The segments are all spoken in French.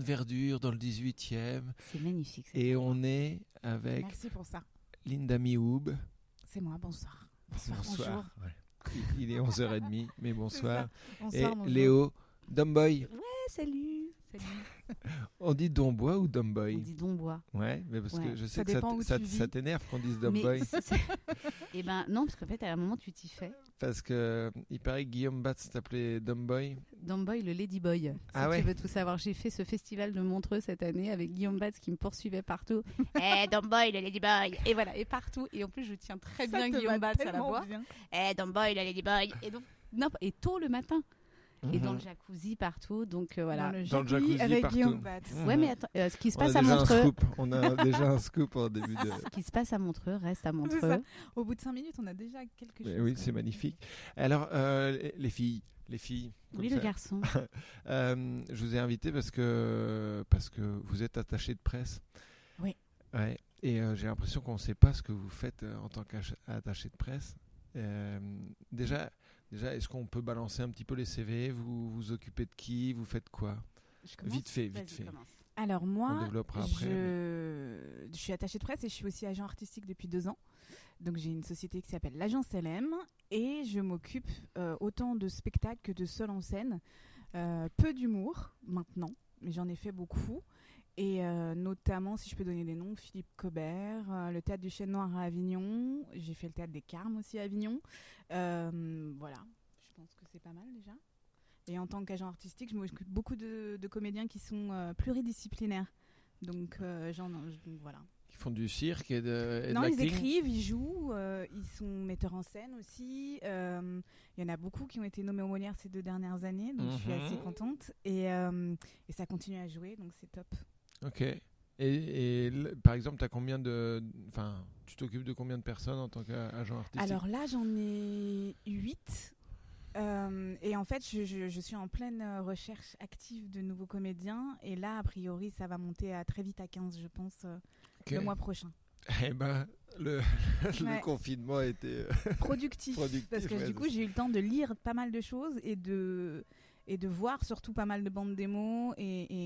verdure dans le 18e. C'est magnifique. Et on est avec Merci pour ça. Linda Mioub. C'est moi, bonsoir. Bonsoir. Ouais. Il est 11h30, mais bonsoir. Bonsoir, Et bonjour. Léo, Domboy. Salut. On dit Dombois ou On Domboy? dit Dombois. Ouais, mais parce Ouais. que je sais Ça que ça, dépend où ça, tu vis. ça t'énerve qu'on dise Domboy. Eh ben non, parce qu'en fait, à un moment, tu t'y fais. Parce que il paraît que Guillaume Batz t'appelait Domboy. Domboy, le Ladyboy. Si Ah ouais. tu veux tout savoir, j'ai fait ce festival de Montreux cette année avec Guillaume Batz qui me poursuivait partout. Domboy, le Ladyboy. Et voilà, et partout. Et en plus, je tiens très Ça bien te Guillaume va Batz à la tellement voix. bien. Domboy, le Ladyboy. Et donc, non, et tôt le matin. Et dans Mhm. le jacuzzi partout. Donc voilà. Dans le jacuzzi avec partout. Guillaume Batz. Mhm. Ouais, mais attends, ce qui se On a passe à déjà un Montreux. scoop. On a déjà un scoop en début de. Ce qui se passe à Montreux reste à C'est Montreux. ça. Au bout de 5 minutes, on a déjà quelque chose. Mais oui, c'est magnifique. Alors, les filles. Comme Oui, ça. le garçon. Je vous ai invité parce que vous êtes attaché de presse. Oui. Ouais. Et j'ai l'impression qu'on ne sait pas ce que vous faites en tant qu'attaché de presse. Déjà, est-ce qu'on peut balancer un petit peu les CV? Vous vous occupez de qui? Vous faites quoi? Je commence. Vite fait. Vas-y, commence. Alors On moi, développera après. je suis attachée de presse et je suis aussi agent artistique depuis 2 ans. Donc j'ai une société qui s'appelle l'Agence LM et je m'occupe autant de spectacles que de seul en scène. Peu d'humour maintenant, mais j'en ai fait beaucoup. Et notamment, si je peux donner des noms, Philippe Cobert, le Théâtre du Chêne Noir à Avignon. J'ai fait le Théâtre des Carmes aussi à Avignon. Voilà, je pense que c'est pas mal déjà. Et en tant qu'agent artistique, je m'occupe beaucoup de comédiens qui sont pluridisciplinaires. Donc voilà. Qui font du cirque et de Non, ils l'acting. écrivent, ils jouent, ils sont metteurs en scène aussi. Il y en a beaucoup qui ont été nommés aux Molières ces 2 dernières années, donc je suis assez contente. Et ça continue à jouer, donc c'est top. Ok. Par exemple, tu t'occupes de combien de personnes en tant qu'agent artistique? Alors là, j'en ai 8. Et en fait, je suis en pleine recherche active de nouveaux comédiens. Et là, a priori, ça va monter très vite à 15, je pense, le mois prochain. Eh ben, le Ouais. confinement a été Productif, parce que ouais, du coup, j'ai eu le temps de lire pas mal de choses et de voir surtout pas mal de bandes démos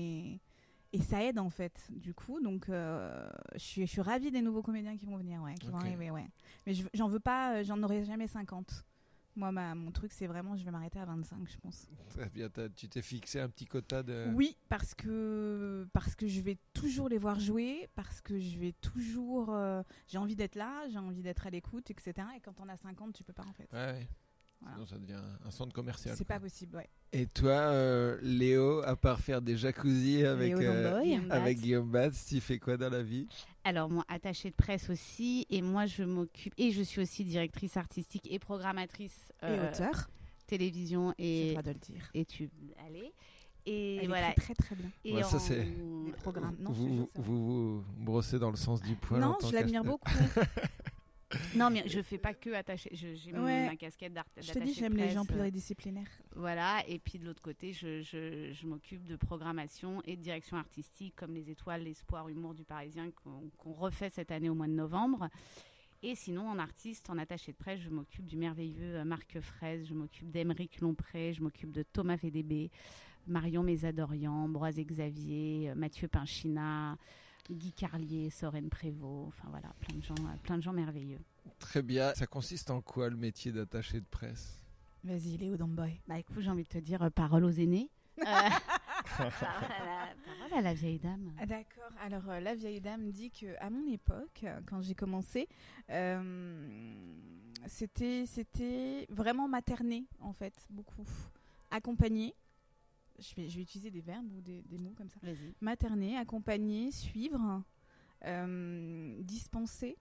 et ça aide en fait, du coup. Donc, je suis ravie des nouveaux comédiens qui vont venir, qui vont arriver, Mais j'en veux pas, j'en aurai jamais 50. Moi, mon truc, c'est vraiment, je vais m'arrêter à 25, je pense. Très bien. Tu t'es fixé un petit quota de. Oui, parce que je vais toujours les voir jouer, parce que je vais toujours... j'ai envie d'être là, j'ai envie d'être à l'écoute, etc. Et quand on a 50, tu peux pas, en fait. Ouais. Voilà. Sinon, ça devient un centre commercial. C'est quoi. pas possible, ouais. Et toi, Léo, à part faire des jacuzzis avec Léo Domboy. Guillaume Batz, tu fais quoi dans la vie? Alors, moi, attachée de presse aussi. Et moi, je m'occupe. Et je suis aussi directrice artistique et programmatrice Et auteur, télévision j'ai le et droit de le dire. études. Allez. Et Elle voilà. écrit très très bien. Et Ouais, ça, c'est- Les programmes. Non, je te vous, jure, c'est vrai. vous brossez dans le sens du poil. en Non, tant je l'admire beaucoup. Non, mais je fais pas que attacher. J'ai Ouais. ma casquette Je te d'attaché dis, de j'aime les presse, gens pluridisciplinaires. Voilà, et puis de l'autre côté, je m'occupe de programmation et de direction artistique, comme les Étoiles, l'Espoir, Humour du Parisien, qu'on refait cette année au mois de novembre. Et sinon, en artiste, en attaché de presse, je m'occupe du merveilleux Marc Fraise, je m'occupe d'Aymeric Lompré, je m'occupe de Thomas VDB, Marion Mésadorian, Ambroise Xavier, Mathieu Pinchina, Guy Carlier, Soren Prévost, enfin voilà, plein de gens merveilleux. Très bien. Ça consiste en quoi le métier d'attaché de presse? Vas-y, Léo Domboy. Bah écoute, j'ai envie de te dire parole aux aînés. Parole à la vieille dame. Ah, d'accord. Alors, la vieille dame dit qu'à mon époque, quand j'ai commencé, c'était vraiment materner, en fait, beaucoup. Accompagner. Je vais utiliser des verbes ou des mots comme ça. Vas-y. Materner, accompagner, suivre, dispenser,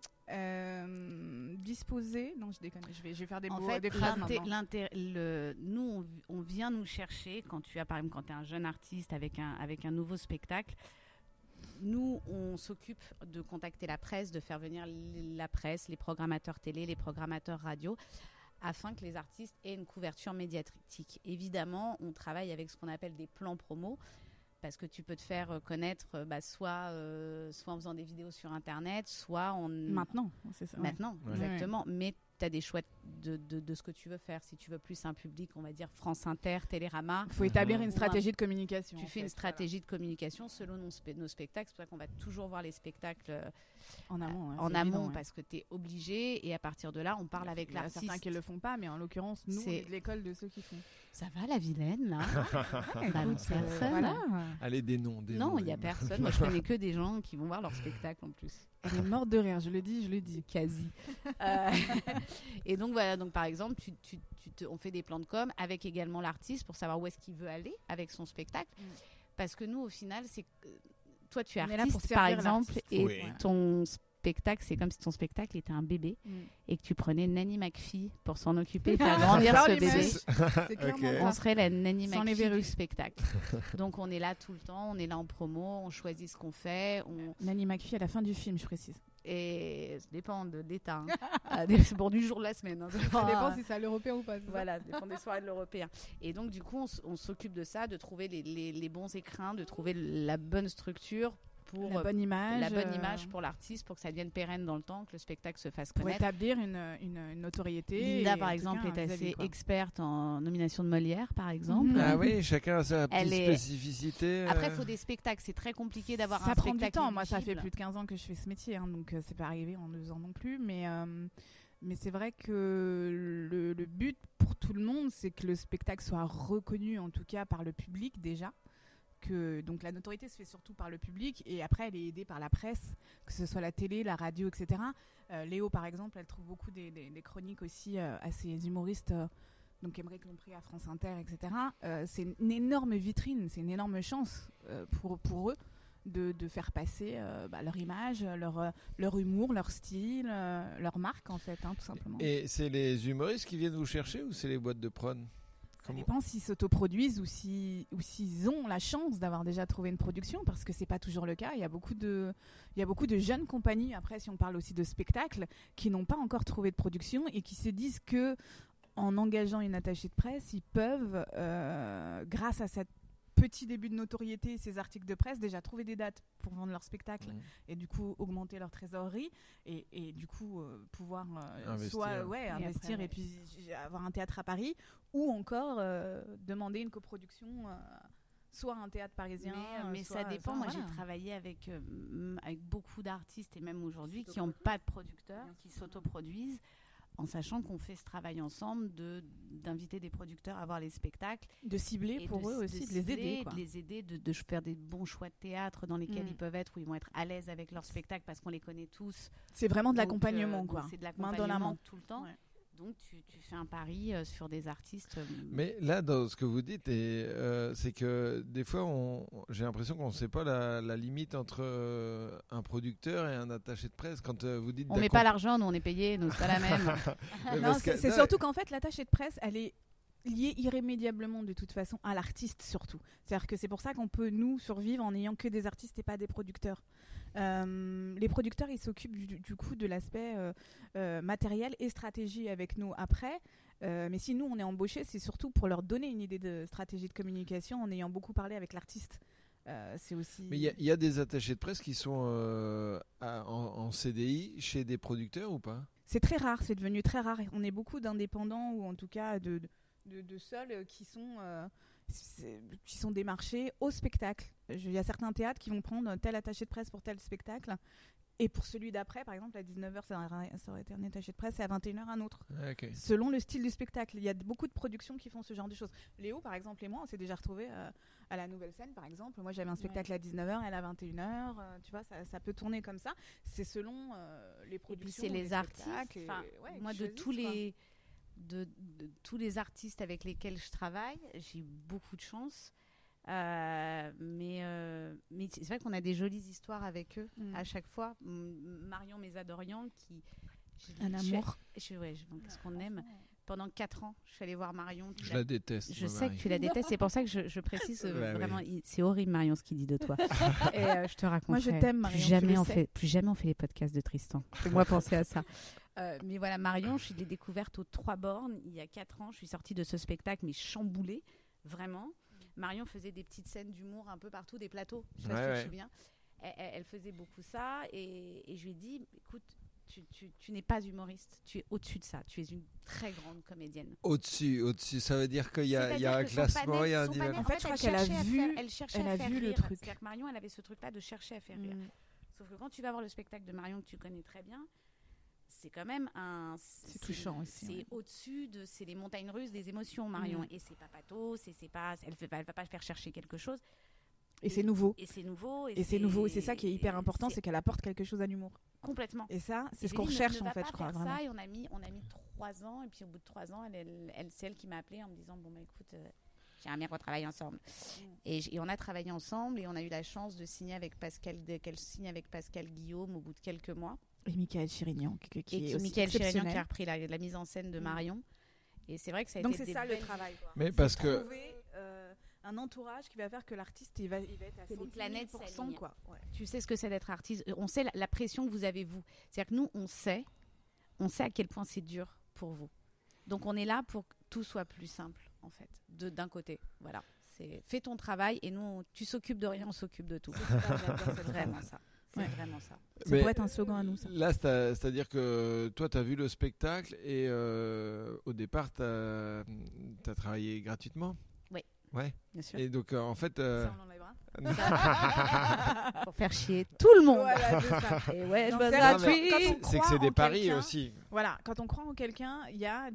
disposer. Non, je déconne. Je vais faire des En mots, fait, des phrases maintenant. nous, on vient nous chercher quand tu as, par exemple, quand tu es un jeune artiste avec un nouveau spectacle. Nous, on s'occupe de contacter la presse, de faire venir la presse, les programmateurs télé, les programmateurs radio, afin que les artistes aient une couverture médiatique. Évidemment, on travaille avec ce qu'on appelle des plans promo, parce que tu peux te faire connaître soit en faisant des vidéos sur Internet, soit en... Maintenant, c'est ça. Maintenant, Ouais. exactement. Mais tu as des de ce que tu veux faire. Si tu veux plus un public, on va dire France Inter, Télérama. Il faut établir une stratégie de communication. Tu fais une stratégie de communication selon nos spectacles. C'est pour ça qu'on va toujours voir les spectacles en amont, en amont parce que tu es obligé. Et à partir de là, on parle avec l'artiste. Il y a certains qui ne le font pas, mais en l'occurrence, nous, on est de l'école de ceux qui font. Ça va, la vilaine, là personne. Voilà. Allez, des noms. Non, il n'y a personne. Moi, je connais que des gens qui vont voir leur spectacle en plus. Elle est morte de rire, je le dis. Quasi. Et donc, voilà. Donc, par exemple, on fait des plans de com avec également l'artiste pour savoir où est-ce qu'il veut aller avec son spectacle. Parce que nous, au final, c'est... Toi, tu es artiste, par exemple, et ton spectacle, c'est comme si ton spectacle était un bébé et que tu prenais Nanny McPhee pour s'en occuper et faire grandir ce bébé. On serait la Nanny McPhee du spectacle. Donc, on est là tout le temps, on est là en promo, on choisit ce qu'on fait. Nanny McPhee à la fin du film, je précise. Et ça dépend de l'état. C'est pour du jour de la semaine. Ça dépend si c'est à l'européen ou pas. Voilà, ça dépend des soirées de l'européen. Et donc, du coup, on s'occupe de ça, de trouver les bons écrins, de trouver la bonne structure pour la bonne image pour l'artiste, pour que ça devienne pérenne dans le temps, que le spectacle se fasse connaître. Pour établir une notoriété. Linda, par exemple, est assez experte en nomination de Molière, par exemple. Ah oui, chacun a sa petite spécificité. Après, il faut des spectacles. C'est très compliqué d'avoir un spectacle. Ça prend du temps. Moi, ça fait plus de 15 ans que je fais ce métier, donc c'est pas arrivé en 2 ans non plus. Mais c'est vrai que le but pour tout le monde, c'est que le spectacle soit reconnu, en tout cas par le public déjà. Donc la notoriété se fait surtout par le public et après elle est aidée par la presse, que ce soit la télé, la radio, etc. Léo par exemple, elle trouve beaucoup des chroniques aussi à ses humoristes, donc Émeric Lompré à France Inter, etc. C'est une énorme vitrine, c'est une énorme chance pour eux de faire passer leur image, leur humour, leur style, leur marque en fait, tout simplement. Et c'est les humoristes qui viennent vous chercher ou c'est les boîtes de prod ? Ça dépend s'ils s'autoproduisent ou s'ils ont la chance d'avoir déjà trouvé une production, parce que c'est pas toujours le cas. Il y a beaucoup de jeunes compagnies, après si on parle aussi de spectacles, qui n'ont pas encore trouvé de production et qui se disent que en engageant une attachée de presse, ils peuvent, grâce à cette petit début de notoriété, ces articles de presse, déjà trouver des dates pour vendre leur spectacle et du coup augmenter leur trésorerie et du coup pouvoir investir et puis avoir un théâtre à Paris ou encore demander une coproduction soit un théâtre parisien. Mais ça dépend. Moi, j'ai travaillé avec beaucoup d'artistes et même aujourd'hui qui n'ont pas de producteurs, qui s'autoproduisent, en sachant qu'on fait ce travail ensemble d'inviter des producteurs à voir les spectacles. De cibler pour eux aussi, de les aider. De les aider, de faire des bons choix de théâtre dans lesquels ils peuvent être, où ils vont être à l'aise avec leur spectacle parce qu'on les connaît tous. C'est vraiment de l'accompagnement, quoi. C'est de l'accompagnement tout le temps. Ouais. Donc, tu fais un pari sur des artistes. Mais là, dans ce que vous dites, c'est que des fois, j'ai l'impression qu'on ne sait pas la limite entre un producteur et un attaché de presse. Quand vous dites on ne met pas l'argent, nous, on est payé, nous, c'est pas la même. C'est surtout qu'en fait, l'attaché de presse, elle est liée irrémédiablement de toute façon à l'artiste surtout. C'est-à-dire que c'est pour ça qu'on peut, nous, survivre en n'ayant que des artistes et pas des producteurs. Les producteurs, ils s'occupent du coup de l'aspect matériel et stratégie avec nous après. Mais si nous, on est embauchés, c'est surtout pour leur donner une idée de stratégie de communication en ayant beaucoup parlé avec l'artiste. C'est aussi... Mais il y a des attachés de presse qui sont en CDI chez des producteurs ou pas ? C'est très rare, c'est devenu très rare. On est beaucoup d'indépendants ou en tout cas de seuls qui sont démarchés au spectacle. Il y a certains théâtres qui vont prendre tel attaché de presse pour tel spectacle. Et pour celui d'après, par exemple, à 19h, ça aurait été un attaché de presse et à 21h, un autre. Okay. Selon le style du spectacle. Il y a beaucoup de productions qui font ce genre de choses. Léo, par exemple, et moi, on s'est déjà retrouvés à la Nouvelle Scène, par exemple. Moi, j'avais un spectacle à 19h, elle à 21h. Tu vois, ça peut tourner comme ça. C'est selon les productions. Et puis c'est les artistes. Moi, de tous les artistes avec lesquels je travaille, j'ai eu beaucoup de chance. Mais c'est vrai qu'on a des jolies histoires avec eux à chaque fois. Marion Mésadorian qui... Un amour. Qu'est-ce qu'on aime. Pendant 4 ans, je suis allée voir Marion. Je la déteste. Je sais que tu la détestes, c'est pour ça que je précise vraiment. Oui. C'est horrible, Marion, ce qu'il dit de toi. Et je te raconte. Moi, je t'aime, Marion. Plus jamais on fait les podcasts de Tristan. Fais-moi penser à ça. Mais voilà, Marion, je l'ai découverte aux 3 bornes il y a 4 ans. Je suis sortie de ce spectacle, mais chamboulée, vraiment. Marion faisait des petites scènes d'humour un peu partout, des plateaux. Je sais pas si tu te souviens. Elle faisait beaucoup ça et je lui ai dit, écoute, tu n'es pas humoriste, tu es au-dessus de ça. Tu es une très grande comédienne. Au-dessus, ça veut dire qu'il y a C'est-à-dire un que son classement, panel- il y a un son niveau. panel, En fait, je crois elle qu'elle a cherchait à vu- faire- elle cherchait elle à a faire vu le rire. truc. C'est-à-dire que Marion, elle avait ce truc-là de chercher à faire rire. Sauf que quand tu vas voir le spectacle de Marion que tu connais très bien, c'est quand même C'est touchant aussi, C'est ouais. au-dessus de, c'est les montagnes russes des émotions, Marion. Et c'est pas pathos, c'est pas, elle va pas faire chercher quelque chose. Et c'est nouveau. Et c'est nouveau. Et c'est nouveau. Et c'est ça qui est hyper important, c'est qu'elle apporte quelque chose à l'humour. complètement. Et ça, c'est Et ce qu'on j'ai dit, recherche ne en va fait, pas je crois. faire Vraiment. ça, et on a mis 3 ans, et puis au bout de 3 ans, c'est elle qui m'a appelée en me disant bon bah écoute, j'aimerais bien qu'on travaille ensemble. Et on a travaillé ensemble, et on a eu la chance de signer avec qu'elle signe avec Pascal Guillaume au bout de quelques mois. Et Michael Chirignan, qui Et est aussi Michael Chirignan qui a exceptionnel. repris la mise en scène de Marion. Et c'est vrai que ça a Donc été c'est des ça le belles- travail. Quoi. Mais C'est parce que trouver un entourage qui va faire que l'artiste il va être à Que les 110 planètes 000%, s'alignent. quoi. Ouais. Tu sais ce que c'est d'être artiste. On sait la pression que vous avez, vous. C'est-à-dire que nous, on sait à quel point c'est dur pour vous. Donc, on est là pour que tout soit plus simple, en fait, d'un côté. Voilà. Fais ton travail et nous, tu s'occupes de rien, on s'occupte de tout. C'est vraiment ça. C'est Ouais. vraiment ça. Ça Mais pourrait être un slogan à nous, ça. là, c'est-à-dire que toi, tu as vu le spectacle et au départ, tu as travaillé gratuitement. Oui. Ouais. Bien sûr. Et donc, en fait. Ça, on l'enlèvera. Pour faire chier tout le monde. Voilà, c'est ça. Et ouais, je Non, bosse c'est gratuit. quand on c'est que croit c'est des en paris quelqu'un- aussi. Voilà, quand on croit en quelqu'un, il y a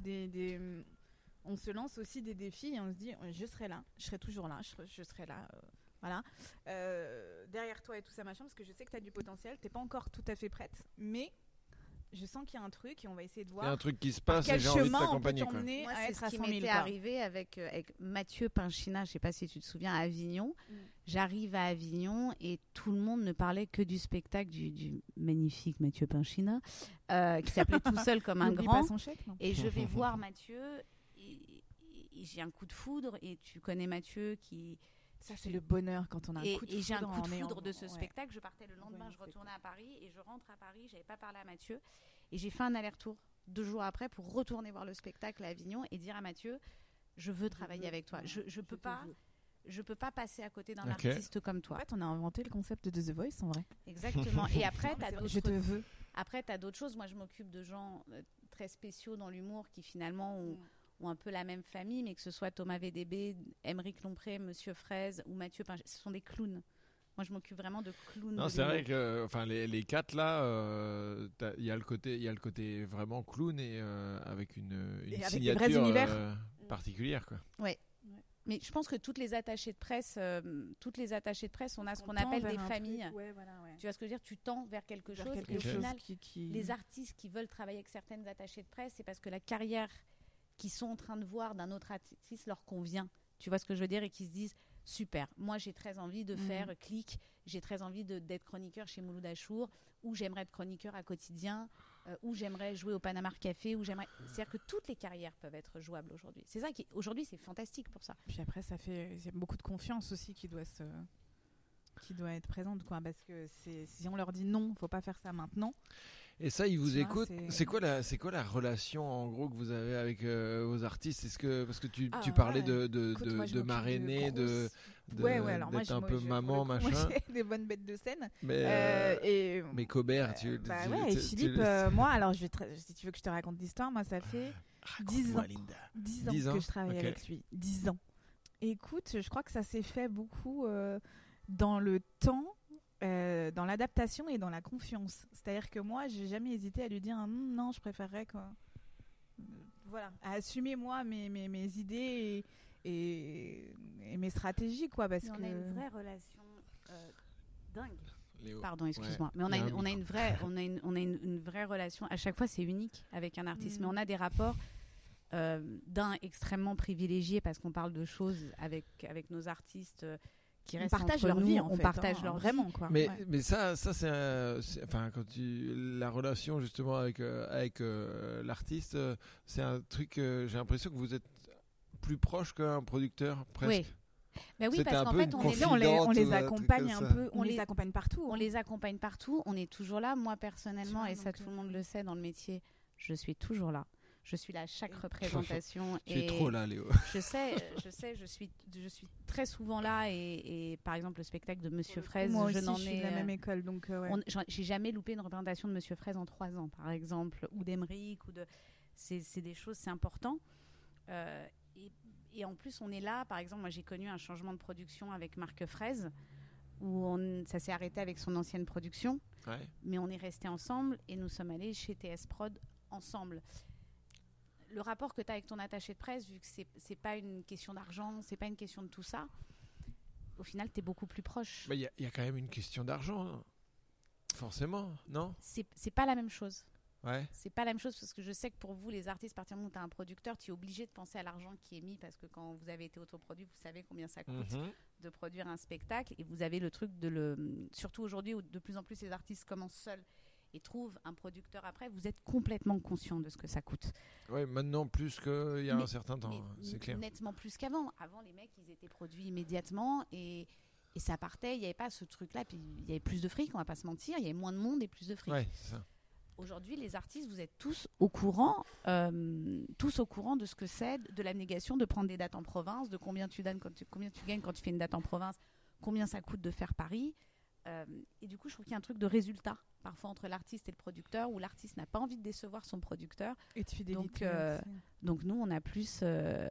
on se lance aussi des défis et on se dit je serai là, je serai toujours là, je serai là, voilà, derrière toi et tout ça machin, parce que je sais que tu as du potentiel, t'es pas encore tout à fait prête, mais je sens qu'il y a un truc et on va essayer de Il y a voir un truc qui se par passe et quel j'ai envie de chemin on peut t'accompagner. quoi. t'emmener Moi, à c'est être ce à qui 100 000. m'était quoi. arrivé avec Mathieu Pinchina. Je sais pas si tu te souviens, à Avignon. J'arrive à Avignon et tout le monde ne parlait que du spectacle du magnifique Mathieu Pinchina, qui s'appelait Tout seul comme un N'oublie grand. pas son chèque, non Et je vais voir Mathieu et j'ai un coup de foudre. Et tu connais Mathieu qui... Ça, c'est le bonheur quand on a un coup de foudre. Et j'ai un coup de en ayant- foudre de ce ouais. spectacle. Je partais le lendemain, Ouais, je c'est retournais à Paris et je rentre à Paris. J'avais pas parlé à Mathieu et j'ai fait un aller-retour 2 jours après pour retourner voir le spectacle à Avignon et dire à Mathieu, je veux travailler avec toi. Je peux pas passer à côté d'un Ok. artiste comme En toi. fait, on a inventé le concept de The Voice en vrai. Exactement. Et après, Non, mais tu as c'est vrai, je te veux. Après, tu as d'autres choses. Moi, je m'occupe de gens très spéciaux dans l'humour qui finalement ont un peu la même famille, mais que ce soit Thomas VDB, Émeric Lompré, Monsieur Fraise ou Mathieu Pinchina, ce sont des clowns. Moi, je m'occupe vraiment de clowns. Non, de c'est vrai l'humour. que enfin, les 4 là, il y a le côté vraiment clown et avec une Et avec des signature vrais univers. particulière. Quoi. Mais je pense que toutes les attachées de presse, on a ce qu'on tend appelle vers des un familles. truc, ouais, voilà, ouais. Tu vois ce que je veux dire? Tu tends vers quelque Vers chose. quelque Et au chose final, qui... les artistes qui veulent travailler avec certaines attachées de presse, c'est parce que la carrière qu'ils sont en train de voir d'un autre artiste leur convient. Tu vois ce que je veux dire? Et qui se disent super, moi j'ai très envie de faire clic, j'ai très envie d'être chroniqueur chez Mouloud Achour, ou j'aimerais être chroniqueur à Quotidien, ou j'aimerais jouer au Panama Café, ou j'aimerais. C'est-à-dire que toutes les carrières peuvent être jouables aujourd'hui. C'est ça qui, aujourd'hui, c'est fantastique pour ça. Puis après, il y a beaucoup de confiance aussi qui doit être présente, quoi, parce que si on leur dit non, faut pas faire ça maintenant. Et ça, ils vous Tu vois, écoutent. C'est quoi la relation en gros que vous avez avec vos artistes? Est-ce que parce que tu parlais ouais. de Écoute, moi, je m'occupe marrainer, grosses- Ouais, alors moi, d'être un peu maman, pour le coup, machin. moi, j'ai des bonnes bêtes de scène. Mais Cobert, Bah ouais, et Philippe, moi, alors si tu veux que je te raconte l'histoire, moi, ça fait 10 ans. 10 ans 10 ans, que je travaille ok. avec lui. 10 ans. Et écoute, je crois que ça s'est fait beaucoup dans le temps, dans l'adaptation et dans la confiance. C'est-à-dire que moi, j'ai jamais hésité à lui dire non, je préférerais quoi. Voilà, à assumer moi mes idées et mes stratégies, quoi, parce Mais que on a une vraie relation dingue. Léo. Pardon, excuse-moi. Ouais. Mais Il y a on a une vraie relation. À chaque fois, c'est unique avec un artiste. Mais on a des rapports d'un extrêmement privilégié parce qu'on parle de choses avec nos artistes qui on restent partage entre leur nous, vie, en on fait, partage leur vraiment, vie. quoi. Mais, Ouais. mais ça c'est enfin quand la relation justement avec l'artiste, c'est un truc. J'ai l'impression que vous êtes plus proche qu'un producteur presque. Oui. Ben oui, C'était parce un qu'en peu fait, une on est confidence. on les un truc accompagne comme un ça. peu, on On les les- accompagne partout. on les accompagne partout. On est toujours là. Moi, personnellement, Tu vois, et ça, donc, tout le monde le sait dans le métier, je suis toujours là. Je suis là à chaque représentation. Tu es trop là, Léo. Je sais, je suis très souvent là et par exemple le spectacle de Monsieur Fraise, Moi aussi, je suis de la même école, donc ouais. J'ai jamais loupé une représentation de Monsieur Fraise en 3 ans, par exemple, ou d'Emeric, c'est des choses, c'est important. Et en plus, on est là, par exemple, moi j'ai connu un changement de production avec Marc Fraise, où ça s'est arrêté avec son ancienne production, mais on est restés ensemble et nous sommes allés chez TS Prod ensemble. Le rapport que tu as avec ton attaché de presse, vu que c'est pas une question d'argent, c'est pas une question de tout ça, au final, tu es beaucoup plus proche. Il y a quand même une question d'argent, hein. Forcément, non ? C'est pas la même chose. Ouais. C'est pas la même chose parce que je sais que pour vous, les artistes, à partir du moment où tu as un producteur, tu es obligé de penser à l'argent qui est mis parce que quand vous avez été autoproduit, vous savez combien ça coûte de produire un spectacle et vous avez le truc surtout aujourd'hui où de plus en plus les artistes commencent seuls et trouvent un producteur après, vous êtes complètement conscient de ce que ça coûte. Oui, maintenant plus qu'il y a un certain temps, c'est clair. Nettement plus qu'avant. Avant, les mecs, ils étaient produits immédiatement et ça partait, il n'y avait pas ce truc-là, puis il y avait plus de fric, on va pas se mentir, il y avait moins de monde et plus de fric. Ouais, c'est ça. Aujourd'hui, les artistes, vous êtes tous au courant de ce que c'est, de l'abnégation, de prendre des dates en province, de combien tu gagnes quand tu fais une date en province, combien ça coûte de faire Paris. Et du coup, je trouve qu'il y a un truc de résultat, parfois entre l'artiste et le producteur, où l'artiste n'a pas envie de décevoir son producteur. Et de fidélité. Donc nous, on a plus...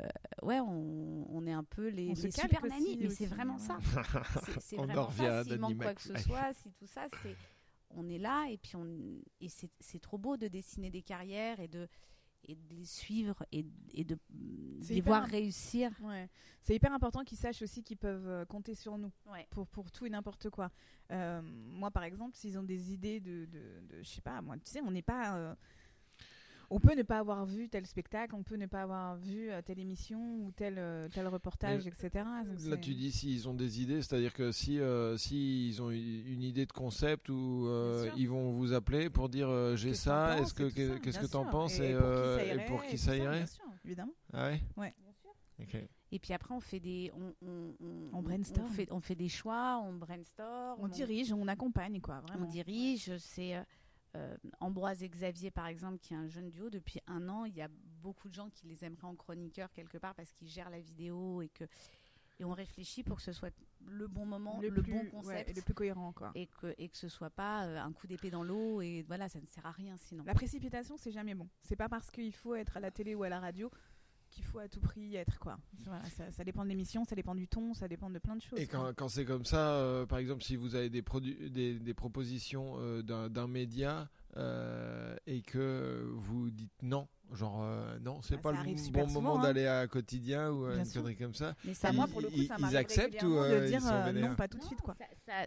on est un peu les super nannies, mais c'est vraiment ça. C'est vraiment ça. S'il manque quoi que ce soit, si tout ça, c'est... On est là et puis c'est trop beau de dessiner des carrières et de les suivre et de les voir réussir. Ouais. C'est hyper important qu'ils sachent aussi qu'ils peuvent compter sur nous pour tout et n'importe quoi. Moi, par exemple, s'ils ont des idées de je sais pas, moi, tu sais, on n'est pas... on peut ne pas avoir vu tel spectacle, on peut ne pas avoir vu telle émission ou tel reportage, etc. Donc là, tu dis s'ils ont des idées, c'est-à-dire que si ils ont une idée de concept ou ils vont vous appeler pour dire j'ai ça, qu'est-ce que tu en penses et pour qui ça irait. Bien sûr, évidemment. Ah ouais. Ouais. Okay. Et puis après, on fait on brainstorm. On fait des choix, on brainstorm. On dirige, on accompagne, quoi. Vraiment. On dirige, c'est... Ambroise et Xavier par exemple qui est un jeune duo depuis 1 an, il y a beaucoup de gens qui les aimeraient en chroniqueur quelque part parce qu'ils gèrent la vidéo et on réfléchit pour que ce soit le bon moment, le bon concept et le plus cohérent quoi. Et que ce soit pas un coup d'épée dans l'eau et voilà, ça ne sert à rien sinon. La précipitation c'est jamais bon, c'est pas parce qu'il faut être à la télé ou à la radio qu'il faut à tout prix y être quoi. Voilà, ça dépend de l'émission, ça dépend du ton, ça dépend de plein de choses. Et quand c'est comme ça, par exemple, si vous avez des propositions d'un média et que vous dites non, genre non, c'est pas le bon moment d'aller à Quotidien ou une connerie comme ça. Mais ça, moi pour le coup, ça m'arrive ils acceptent ou de dire ils non, pas tout de suite quoi.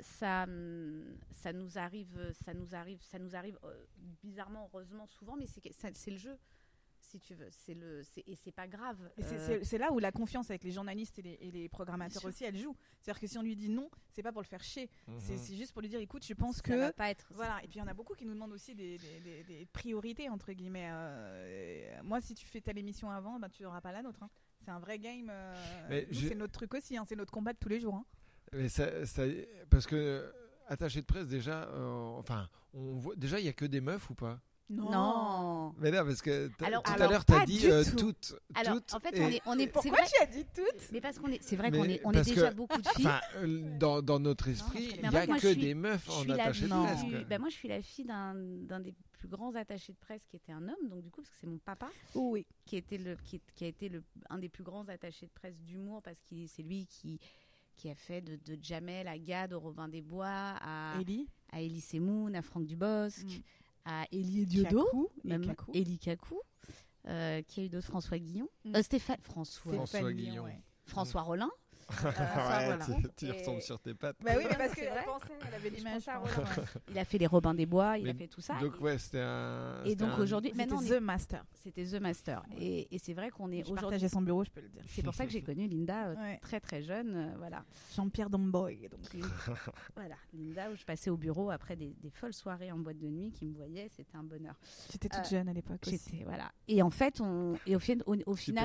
Ça nous arrive bizarrement, heureusement souvent, mais c'est le jeu. Si tu veux, et c'est pas grave. Et c'est là où la confiance avec les journalistes et les programmateurs aussi, elle joue. C'est-à-dire que si on lui dit non, c'est pas pour le faire chier. C'est juste pour lui dire, écoute, je pense que... Ça va pas être... Voilà. Et puis il y en a beaucoup qui nous demandent aussi des priorités, entre guillemets. Moi, si tu fais telle émission avant, ben, tu n'auras pas la nôtre. Hein. C'est un vrai game. C'est notre truc aussi, hein. C'est notre combat de tous les jours. Hein. Mais parce que attaché de presse, déjà, on voit, déjà, il n'y a que des meufs ou pas ? Non. Mais là, parce que tout alors, à l'heure, tu as dit toutes. Alors, en fait, on est pourquoi tu as dit toutes ? Mais parce c'est vrai qu'on est déjà beaucoup de filles. Dans notre esprit, il n'y a que des meufs en attaché de presse. Moi, je suis la fille d'un des plus grands attachés de presse qui était un homme, donc du coup, parce que c'est mon papa, qui a été un des plus grands attachés de presse d'humour, parce que c'est lui qui a fait de Jamel à Gad, au Robin des Bois, à Elie Semoun, à Franck Dubosc. À Élie Diodo, Élie Kakou, qui a eu d'autres, François Guillon, François Guillon, François Rollin. Tu retombes sur tes pattes. Bah oui, mais parce qu'elle avait l'image. Il a fait les Robins des Bois, il a fait tout ça. Donc c'était un. Et donc aujourd'hui, maintenant The Master. C'était The Master. Et c'est vrai qu'on est aujourd'hui. Partageait son bureau, je peux le dire. C'est pour ça que j'ai connu Linda très très jeune, voilà. Jean-Pierre Domboy. Voilà, Linda où je passais au bureau après des folles soirées en boîte de nuit qui me voyaient, c'était un bonheur. J'étais toute jeune à l'époque. J'étais voilà. Et en fait, au final,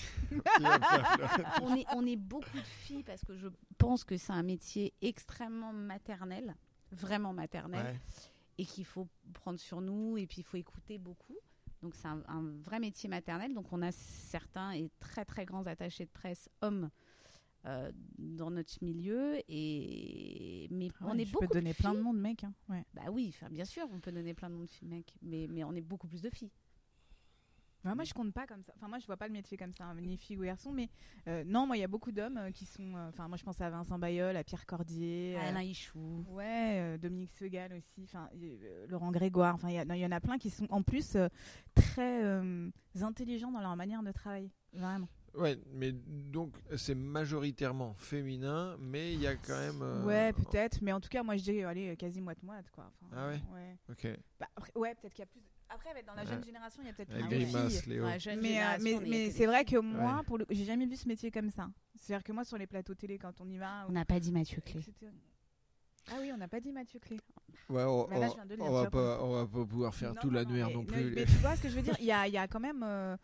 on est beaucoup de filles parce que je pense que c'est un métier extrêmement maternel, vraiment maternel, et qu'il faut prendre sur nous et puis il faut écouter beaucoup. Donc c'est un vrai métier maternel. Donc on a certains et très très grands attachés de presse hommes dans notre milieu, mais on est beaucoup. Tu peux donner plein de noms de mecs. Hein. Ouais. Bah oui, bien sûr, on peut donner plein de noms de mecs, mais on est beaucoup plus de filles. Enfin, moi je compte pas comme ça. Enfin moi je vois pas le métier comme ça, ni filles ou garçons. Mais non, moi il y a beaucoup d'hommes qui sont. Enfin moi je pense à Vincent Bayeul, à Pierre Cordier, Alain Hichou. Ouais, Dominique Segal aussi. Enfin Laurent Grégoire. Enfin il y en a plein qui sont en plus très intelligents dans leur manière de travailler. Vraiment. Ouais, mais donc c'est majoritairement féminin, mais il y a quand même. Ouais, peut-être, mais en tout cas, moi je dis, allez, quasi moite-moite, quoi. Enfin, ah ouais. Ouais. Ok. Bah, après, ouais, peut-être qu'il y a plus. Après, dans la jeune génération, il y a peut-être plus de filles. Léo. Mais c'est vrai que moi, j'ai jamais vu ce métier comme ça. C'est-à-dire que moi, sur les plateaux télé, quand on y va, on n'a pas dit Mathieu Clé. Ah oui, on n'a pas dit Mathieu Clé. Ouais, on va pas pouvoir faire tout l'annuaire non plus. Mais tu vois ce que je veux dire, il y a quand même.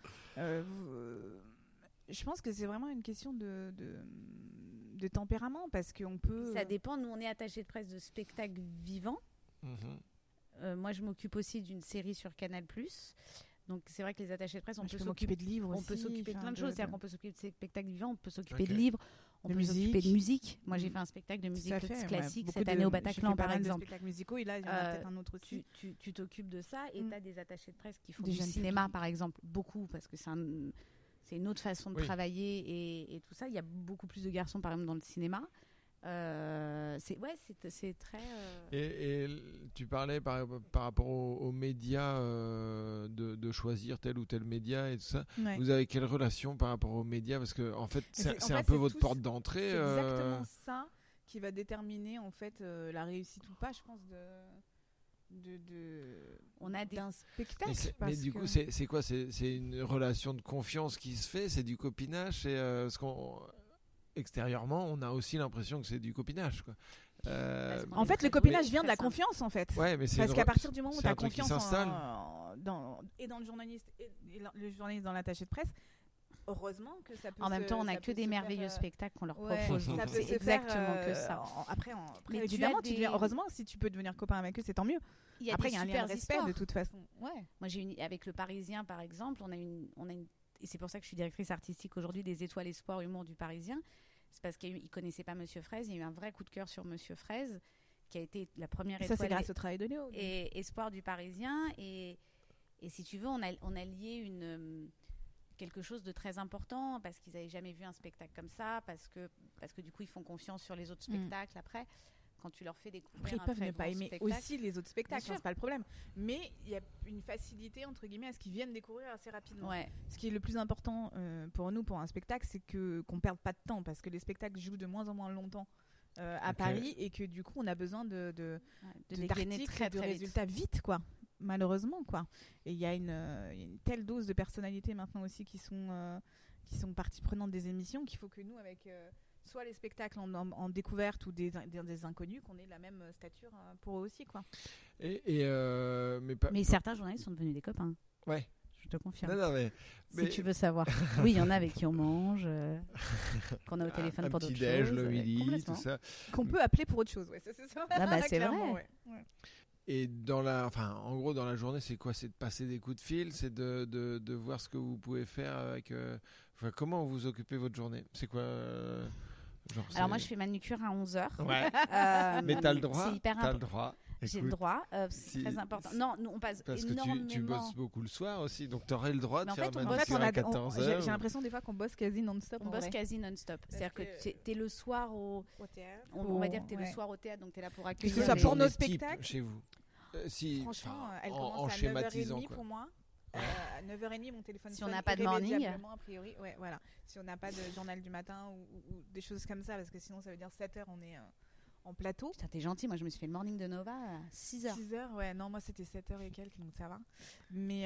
Je pense que c'est vraiment une question de tempérament, parce qu'on peut. Ça dépend. Nous, on est attachés de presse de spectacles vivants. Moi, je m'occupe aussi d'une série sur Canal+. Donc, c'est vrai que les attachés de presse, on peut s'occuper de livres aussi. On peut s'occuper de plein de choses. C'est-à-dire qu'on peut s'occuper de spectacles vivants, on peut s'occuper de livres, on peut s'occuper de musique. Moi, j'ai fait un spectacle de musique classique cette année au Bataclan, par exemple. Spectacles musicaux, et là, il y en a peut-être un autre aussi. Tu t'occupes de ça, et tu as des attachés de presse qui font du cinéma, par exemple, beaucoup, parce que c'est une autre façon de travailler et tout ça. Il y a beaucoup plus de garçons, par exemple, dans le cinéma. C'est très. Et tu parlais par rapport aux médias de choisir tel ou tel média et tout ça. Ouais. Vous avez quelle relation par rapport aux médias? Parce que en fait, c'est un peu votre porte d'entrée. C'est exactement ça qui va déterminer en fait la réussite ou pas, je pense, on a d'un spectacle. Mais du coup, c'est quoi? C'est une relation de confiance qui se fait? C'est du copinage? Parce qu'on extérieurement, on a aussi l'impression que c'est du copinage, quoi. En fait, le copinage vient de la confiance, en fait. Ouais, mais parce qu'à partir du moment où tu as confiance dans le journaliste et le journaliste dans l'attaché de presse, heureusement que ça peut. En même temps, on n'a que des merveilleux spectacles qu'on leur propose. C'est exactement que ça. Après évidemment, heureusement, si tu peux devenir copain avec eux, c'est tant mieux. Après, il y a un lien de respect de toute façon. Ouais. Moi, avec le Parisien, par exemple, on a une et c'est pour ça que je suis directrice artistique aujourd'hui des Étoiles Espoir Humour du Parisien. C'est parce qu'ils ne connaissaient pas Monsieur Fraise. Il y a eu un vrai coup de cœur sur Monsieur Fraise, qui a été la première étoile. Ça, c'est grâce au travail de Léo. Et Espoir du Parisien. Et si tu veux, on a lié quelque chose de très important, parce qu'ils n'avaient jamais vu un spectacle comme ça, parce que du coup, ils font confiance sur les autres spectacles après. Quand tu leur fais découvrir ils peuvent ne pas aimer aussi les autres spectacles, c'est pas le problème. Mais il y a une facilité, entre guillemets, à ce qu'ils viennent découvrir assez rapidement. Ouais. Ce qui est le plus important pour nous, pour un spectacle, c'est qu'on perde pas de temps, parce que les spectacles jouent de moins en moins longtemps à Paris, et que du coup, on a besoin de d'articles, de résultats vite, quoi. Malheureusement, quoi. Et il y a une telle dose de personnalité maintenant aussi qui sont partie prenante des émissions, qu'il faut que nous, avec soit les spectacles en découverte ou des inconnus, qu'on ait la même stature pour eux aussi, quoi. Mais certains journalistes sont devenus des copains. Ouais. Je te confirme. Non, si tu veux savoir. Oui, il y en a avec qui on mange, qu'on a au téléphone pour d'autres choses. Un petit déj, le midi, tout ça. Qu'on peut appeler pour autre chose, ouais. C'est ça. C'est vrai. Ouais. Et en gros, dans la journée, c'est quoi? C'est de passer des coups de fil, c'est de voir ce que vous pouvez faire avec. Comment vous occupez votre journée? C'est quoi Alors moi, je fais manucure à 11h. Ouais. Mais t'as le droit. C'est hyper important. T'as le droit. J'ai le droit, c'est très important. Non, nous on passe parce énormément. Parce que tu bosses beaucoup le soir aussi, donc tu aurais le droit de faire manucure à 14h. J'ai l'impression des fois qu'on bosse quasi non-stop. On bosse quasi non-stop. C'est-à-dire que tu es le soir au théâtre. On va dire que tu es le soir au théâtre, donc tu es là pour accueillir. Que ce soit pour nos spectacles. Chez vous. Franchement, elle commence à 9h30 pour moi. À 9h30, mon téléphone sonne. Si on n'a pas de morning. A priori. Ouais, voilà. Si on n'a pas de journal du matin ou des choses comme ça, parce que sinon ça veut dire 7h, on est en plateau. Putain, t'es gentil, moi je me suis fait le morning de Nova à 6h. 6h, ouais, non, moi c'était 7h et quelques, donc ça va. Mais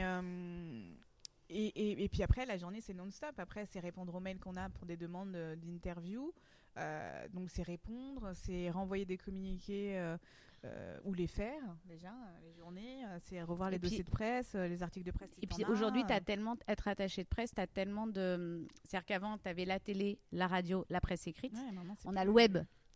et puis après, la journée c'est non-stop. Après, c'est répondre aux mails qu'on a pour des demandes d'interview. Donc c'est répondre, c'est renvoyer des communiqués ou les faire déjà, les journées, c'est revoir les dossiers de presse, les articles de presse. Et puis aujourd'hui, t'as tellement être attaché de presse, t'as tellement de. C'est-à-dire qu'avant, t'avais la télé, la radio, la presse écrite. Ouais, on a le web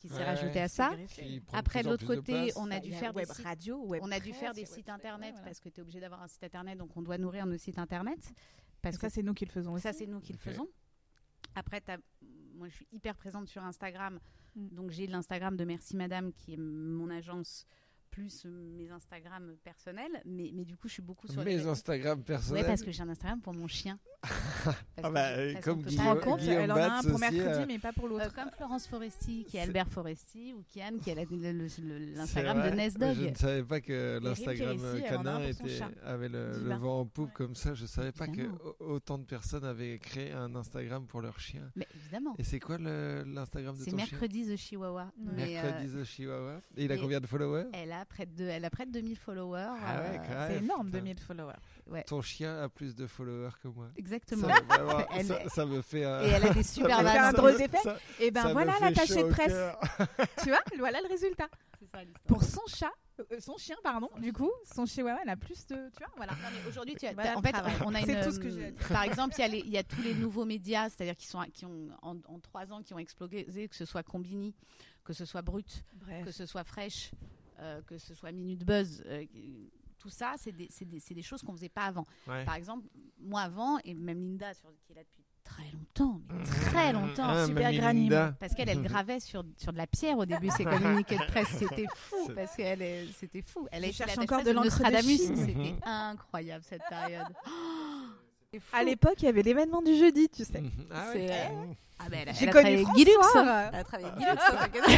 qui s'est rajouté à ça. Après, de l'autre côté, on a dû faire des sites radio, on a dû faire des sites internet parce que tu es obligé d'avoir un site internet, donc on doit nourrir nos sites internet. Parce que ça, c'est nous qui le faisons aussi. Ça, c'est nous qui le faisons. Après, moi, je suis hyper présente sur Instagram. Donc, j'ai l'Instagram de Merci Madame, qui est mon agence, plus mes Instagram personnels. Mais du coup, je suis beaucoup sur mes Instagram personnels. Oui, parce que j'ai un Instagram pour mon chien. Comme Guillaume elle en a un pour mercredi, mais pas pour l'autre. Comme Florence Foresti, qui est Albert Foresti, ou Kian, qui a l'Instagram de Nesdog. Je ne savais pas que l'Instagram canin avait le vent en poupe comme ça. Je ne savais pas que autant de personnes avaient créé un Instagram pour leur chien. Mais évidemment. Et c'est quoi l'Instagram de ton chien ? C'est Mercredi the Chihuahua. Mercredi the Chihuahua. Et il a combien de followers ? Elle a près de 2000 followers. C'est énorme, 2000 followers. Ton chien a plus de followers que moi. Exactement. Ça me fait et elle a des super vannes. Un drôle d'effet. Et ben voilà l'attaché de presse. Tu vois, voilà le résultat. C'est ça l'histoire. Pour son chien, du coup, son chihuahua, elle a plus de. Tu vois, voilà. Non, mais aujourd'hui, en fait, on a une. C'est tout ce que j'ai à dire. Par exemple, il y a tous les nouveaux médias, c'est-à-dire qui ont en 3 ans, qui ont explosé, que ce soit Combini, que ce soit Brut, que ce soit Fresh, que ce soit Minute Buzz. Tout ça, c'est des choses qu'on ne faisait pas avant. Ouais. Par exemple, moi avant, et même Linda, qui est là depuis très longtemps, super granime, parce qu'elle gravait sur de la pierre au début, ses communiqués de presse, c'était fou, parce qu'elle c'était fou. Elle cherche encore de Nostradamus, c'était incroyable cette période. À l'époque, il y avait l'événement du jeudi, tu sais. J'ai connu François. Elle a travaillé Guilux.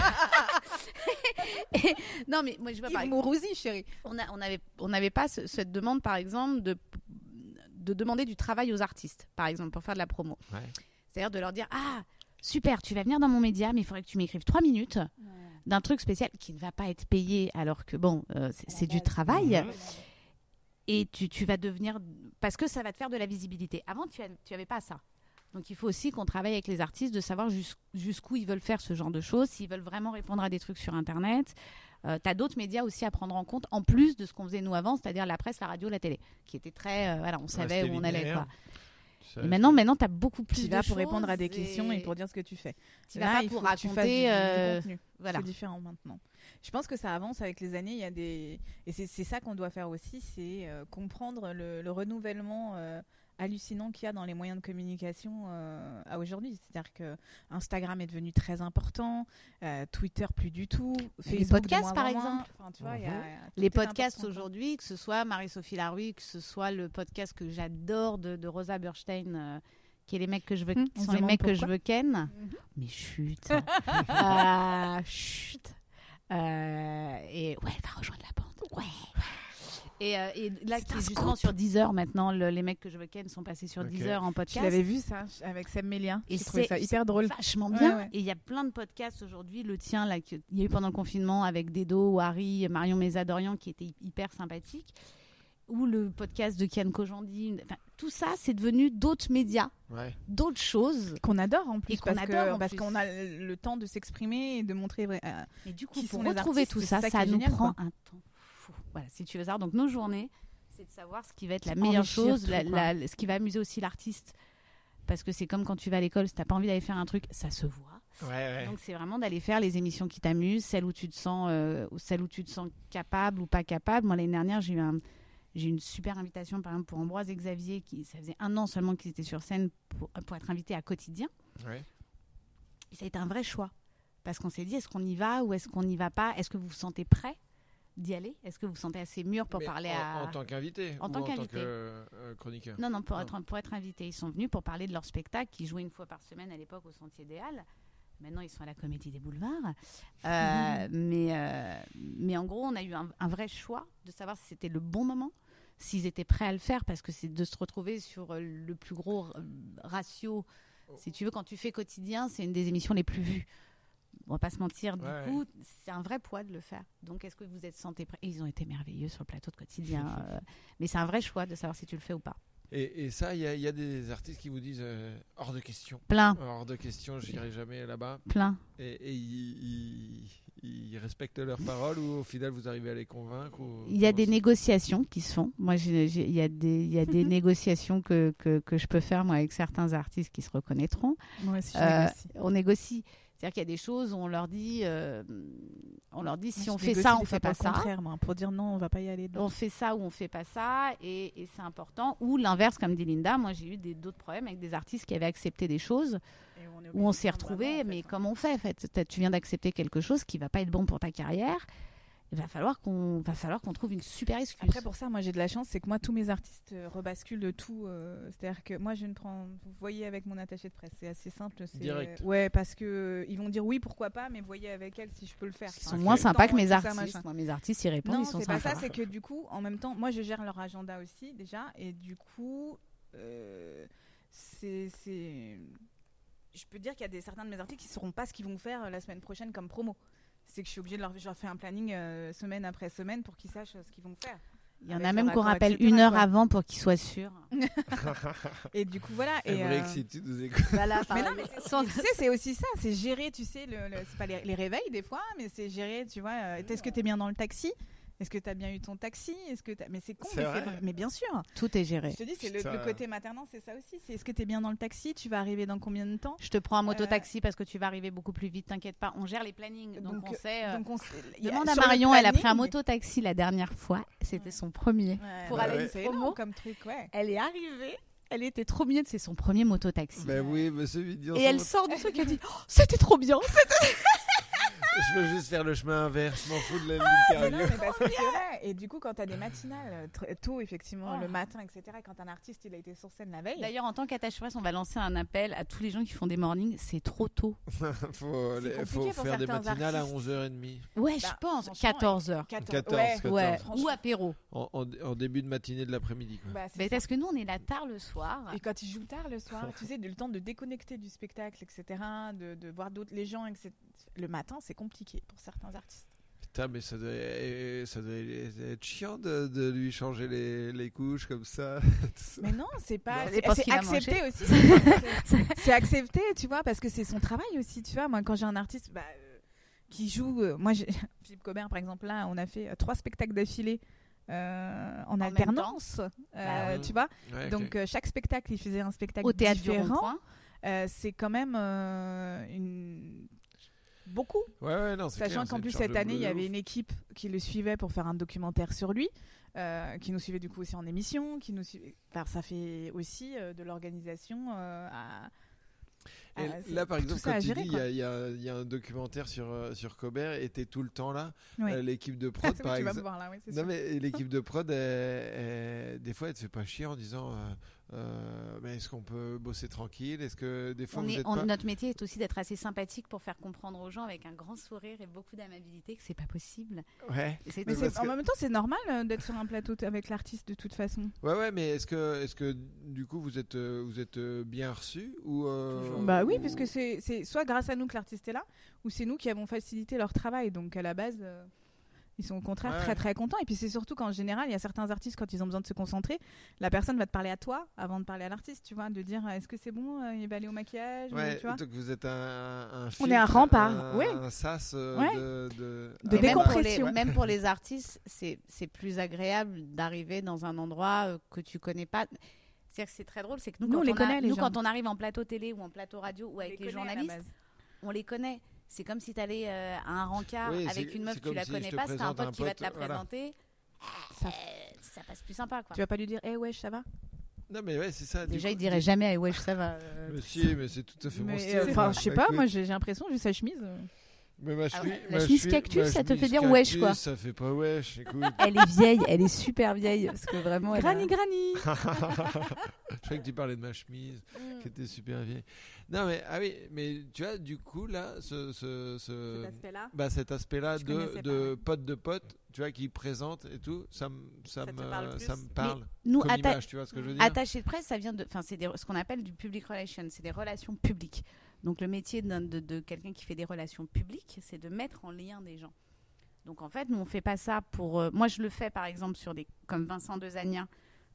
Non, mais moi, je vois pas. Mourouzi, chérie. On n'avait pas cette demande, par exemple, de demander du travail aux artistes, par exemple, pour faire de la promo. Ouais. C'est-à-dire de leur dire, super, tu vas venir dans mon média, mais il faudrait que tu m'écrives 3 minutes d'un truc spécial qui ne va pas être payé, alors que c'est du travail. Et tu vas devenir... Parce que ça va te faire de la visibilité. Avant, tu n'avais pas ça. Donc, il faut aussi qu'on travaille avec les artistes, de savoir jusqu'où ils veulent faire ce genre de choses, s'ils veulent vraiment répondre à des trucs sur Internet. Tu as d'autres médias aussi à prendre en compte, en plus de ce qu'on faisait nous avant, c'est-à-dire la presse, la radio, la télé, qui était très... on savait où on allait, quoi. Et maintenant tu as beaucoup plus de choses. Tu vas pour répondre à des questions et pour dire ce que tu fais. Tu vas pas pour raconter... du contenu. Voilà. C'est différent maintenant. Je pense que ça avance avec les années. Il y a et c'est ça qu'on doit faire aussi, c'est comprendre le renouvellement hallucinant qu'il y a dans les moyens de communication à aujourd'hui. C'est-à-dire que Instagram est devenu très important, Twitter plus du tout, Facebook, les podcasts par exemple. Enfin, tu vois, les podcasts aujourd'hui, que ce soit Marie-Sophie Larouille, que ce soit le podcast que j'adore de Rosa Burstein, qui est les mecs que je veux, qui sont les mecs que je veux ken. Mais chut, chut. Et ouais, va rejoindre la bande. Ouais. Et là, qui est justement sur Deezer maintenant, les mecs que je veux ken sont passés sur Deezer en podcast. Tu l'avais vu ça avec Seb Mélia. Et j'ai trouvé ça hyper drôle. Vachement bien. Ouais. Et il y a plein de podcasts aujourd'hui. Le tien, là, qu'il y a eu pendant le confinement avec Dedo, Harry, Marion Mézadorian, qui était hyper sympathique. Ou le podcast de Kian Kojandi. Enfin, tout ça, c'est devenu d'autres médias, d'autres choses. Qu'on adore en plus. Et parce qu'on a le temps de s'exprimer et de montrer. Et du coup, pour retrouver tout ça, ça nous prend un temps fou. Voilà, si tu veux savoir. Donc, nos journées, c'est de savoir ce qui va être la meilleure chose, ce qui va amuser aussi l'artiste. Parce que c'est comme quand tu vas à l'école, si tu n'as pas envie d'aller faire un truc, ça se voit. Donc, c'est vraiment d'aller faire les émissions qui t'amusent, celles où tu te sens capable ou pas capable. Moi, l'année dernière, j'ai une super invitation, par exemple, pour Ambroise et Xavier, ça faisait 1 an seulement qu'ils étaient sur scène pour être invités à Quotidien. Ouais. Et ça a été un vrai choix. Parce qu'on s'est dit, est-ce qu'on y va ou est-ce qu'on n'y va pas ? Est-ce que vous vous sentez prêt d'y aller ? Est-ce que vous vous sentez assez mûr pour parler en tant qu'invité en tant que chroniqueur ? Non, pour être invité. Ils sont venus pour parler de leur spectacle qui jouait 1 fois par semaine à l'époque au Sentier des Halles. Maintenant, ils sont à la Comédie des Boulevards. Mais en gros, on a eu un vrai choix de savoir si c'était le bon moment, s'ils étaient prêts à le faire, parce que c'est de se retrouver sur le plus gros ratio. Si tu veux, quand tu fais Quotidien, c'est une des émissions les plus vues. On va pas se mentir, du coup, c'est un vrai poids de le faire. Donc, est-ce que vous êtes sentis prêts ? Et ils ont été merveilleux sur le plateau de Quotidien. Mais c'est un vrai choix de savoir si tu le fais ou pas. Et ça, il y a des artistes qui vous disent hors de question. Plein. Hors de question, j'irai jamais là-bas. Plein. Et ils respectent leurs paroles ou au final vous arrivez à les convaincre Il y a des négociations qui se font. Moi, il y a des négociations que je peux faire moi avec certains artistes qui se reconnaîtront. Moi aussi, je négocie. On négocie. C'est-à-dire qu'il y a des choses où on leur dit si on fait ça, on fait pas ça. Contraire, moi, pour dire non, on va pas y aller. On fait ça ou on fait pas ça, et c'est important. Ou l'inverse, comme dit Linda, moi j'ai eu d'autres problèmes avec des artistes qui avaient accepté des choses où on s'est retrouvés, mais comment on fait en fait, tu viens d'accepter quelque chose qui va pas être bon pour ta carrière. Il va falloir qu'on trouve une super excuse. Après, pour ça, moi, j'ai de la chance, c'est que moi, tous mes artistes rebasculent de tout. C'est-à-dire que moi, je ne prends... Vous voyez avec mon attachée de presse, c'est assez simple. Direct. Ouais, parce qu'ils vont dire oui, pourquoi pas, mais voyez avec elle si je peux le faire. Ils sont moins sympas que mes artistes. Moi, mes artistes, ils répondent, non, ils sont sympas. sympas. Non, c'est pas ça, c'est que du coup, en même temps, moi, je gère leur agenda aussi, déjà, et du coup, c'est... Je peux dire qu'il y a certains de mes artistes qui ne sauront pas ce qu'ils vont faire la semaine prochaine comme promo. C'est que je suis obligée de leur faire un planning semaine après semaine pour qu'ils sachent ce qu'ils vont faire. Il y en a même qu'on rappelle une heure avant pour qu'ils soient sûrs. Et du coup, voilà. Si tu nous écoutes. Voilà, mais non, mais tu sais, c'est aussi ça. C'est gérer, tu sais, c'est pas les réveils des fois, mais c'est gérer, tu vois. Est-ce que tu es bien dans le taxi ? Est-ce que tu as bien eu ton taxi ? Mais c'est con, mais bien sûr. Tout est géré. Je te dis, c'est le côté maternant, c'est ça aussi. C'est est-ce que tu es bien dans le taxi ? Tu vas arriver dans combien de temps ? Je te prends un mototaxi parce que tu vas arriver beaucoup plus vite, t'inquiète pas. On gère les plannings. Donc on sait. Demande à Marion, elle a pris un mototaxi la dernière fois. C'était son premier. Pour aller à promo. Comme truc, ouais. Elle est arrivée. Elle était trop mignonne. C'est son premier mototaxi. Ben oui, monsieur Vidion. Et elle sort du truc et elle dit c'était trop bien. Je veux juste faire le chemin inverse, je m'en fous de l'interview. Mais parce que c'est vrai. Et du coup, quand tu as des matinales tôt, effectivement, le matin, etc., et quand un artiste il a été sur scène la veille. D'ailleurs, en tant qu'attaché presse, on va lancer un appel à tous les gens qui font des mornings. C'est trop tôt. faut faire des matinales à 11h30. Ouais, je pense. 14h. 14. Ouais. Ou apéro. En début de matinée de l'après-midi. Mais parce que nous, on est là tard le soir. Et quand ils jouent tard le soir, tu sais, le temps de déconnecter du spectacle, etc., de voir d'autres les gens, etc. Le matin, c'est compliqué pour certains artistes. Putain, mais ça doit être chiant de lui changer les couches comme ça. Mais non, c'est pas. C'est accepté aussi. C'est accepté, tu vois, parce que c'est son travail aussi, tu vois. Moi, quand j'ai un artiste qui joue, Philippe Cobert, par exemple, là, on a fait 3 spectacles d'affilée. En alternance, tu vois. Ouais, donc okay. Chaque spectacle, il faisait un spectacle au théâtre différent. C'est quand même beaucoup. Non, sachant qu'en plus cette année, il y avait une équipe qui le suivait pour faire un documentaire sur lui, qui nous suivait du coup aussi en émission, qui nous suivait. Alors, ça fait aussi de l'organisation là, par exemple, quand tu dis il y a un documentaire sur Cobert, et t'es tout le temps là, l'équipe de prod, par exemple. Non, mais l'équipe de prod, des fois, elle te fait pas chier en disant mais est-ce qu'on peut bosser tranquille ? Est-ce que des fois notre métier est aussi d'être assez sympathique pour faire comprendre aux gens avec un grand sourire et beaucoup d'amabilité que c'est pas possible. Ouais. Mais en même temps, c'est normal d'être sur un plateau avec l'artiste de toute façon. Ouais, mais est-ce que du coup vous êtes bien reçus ou Bah oui, puisque c'est soit grâce à nous que l'artiste est là, ou c'est nous qui avons facilité leur travail. Donc à la base, ils sont au contraire très très contents. Et puis c'est surtout qu'en général, il y a certains artistes, quand ils ont besoin de se concentrer, la personne va te parler à toi avant de parler à l'artiste, tu vois, de dire est-ce que c'est bon, il va aller au maquillage, ouais, tu vois. Donc vous êtes un filtre, on est un rempart, un sas de décompression. Même pour les artistes, c'est plus agréable d'arriver dans un endroit que tu connais pas. C'est-à-dire que c'est très drôle, c'est que nous, quand on arrive en plateau télé ou en plateau radio ou avec les journalistes, on les connaît. C'est comme si tu allais à un rencard avec une meuf, tu la connais pas, c'est un pote qui va te la présenter. Ça passe plus sympa, quoi. Tu vas pas lui dire wesh, ça va ? Non, mais ouais, c'est ça. Déjà, il dirait jamais wesh, ça va. Mais c'est tout à fait mon style. Enfin, je sais pas, moi j'ai l'impression, vu sa chemise. Mais la chemise cactus, ça te fait dire wesh, quoi. Ça fait pas wesh, écoute. Elle est vieille, elle est super vieille. Parce que vraiment. Granny. Je croyais que tu parlais de ma chemise, qui était super vieille. Non, mais tu vois, du coup, là, cet aspect-là de pote, tu vois, qui présente et tout, ça me parle. Mais nous, comme image, tu vois ce que je veux dire. Attaché de presse, ça vient c'est ce qu'on appelle du public relations, c'est des relations publiques. Donc le métier de quelqu'un qui fait des relations publiques, c'est de mettre en lien des gens. Donc en fait, nous on fait pas ça pour. Moi, je le fais par exemple sur comme Vincent Dezania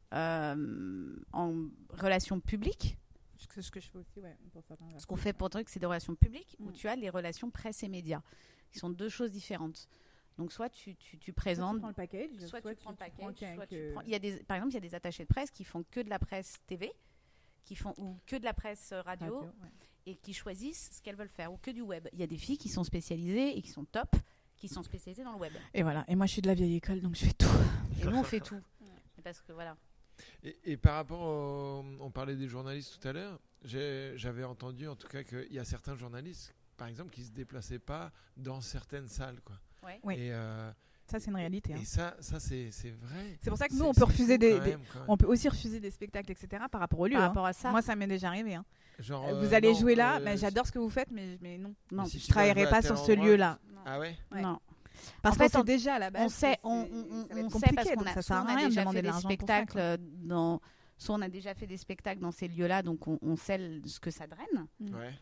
en relations publiques. C'est ce que je fais aussi, ouais. Ce qu'on fait pour truc, c'est des relations publiques où tu as les relations presse et médias, qui sont deux choses différentes. Donc soit tu présentes, soit tu prends le package, soit tu prends le package, par exemple, il y a des attachés de presse qui font que de la presse TV, qui font ou que de la presse radio. Et qui choisissent ce qu'elles veulent faire, ou que du web. Il y a des filles qui sont spécialisées et qui sont top, qui sont spécialisées dans le web. Et voilà. Et moi, je suis de la vieille école, donc je fais tout. Et nous, on fait tout. Parce que voilà. Et par rapport on parlait des journalistes tout à l'heure, j'avais entendu en tout cas qu'il y a certains journalistes, par exemple, qui se déplaçaient pas dans certaines salles, quoi. Ouais. Oui. Et ça, c'est une réalité. Et ça c'est vrai. C'est pour ça que nous, on peut refuser on peut aussi refuser des spectacles, etc. par rapport au lieu. Par rapport à ça. Moi, ça m'est déjà arrivé. Genre, vous allez jouer là, j'adore ce que vous faites, mais non. Si je travaillerai pas sur ce lieu-là. Ah ouais. Non. Parce qu'en fait, on déjà à la base. On sait parce qu'on a déjà fait des spectacles dans. Soit on a déjà fait des spectacles dans ces lieux-là, donc on sait ce que ça draine. Ouais.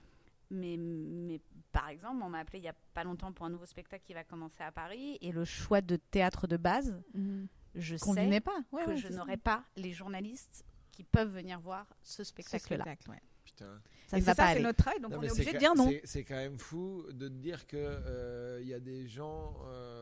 Mais par exemple, on m'a appelé il n'y a pas longtemps pour un nouveau spectacle qui va commencer à Paris, et le choix de théâtre de base, je sais que je n'aurai pas les journalistes qui peuvent venir voir ce spectacle-là. Putain. Ça, c'est notre travail, donc on est obligé de dire non. C'est quand même fou de te dire que y a des gens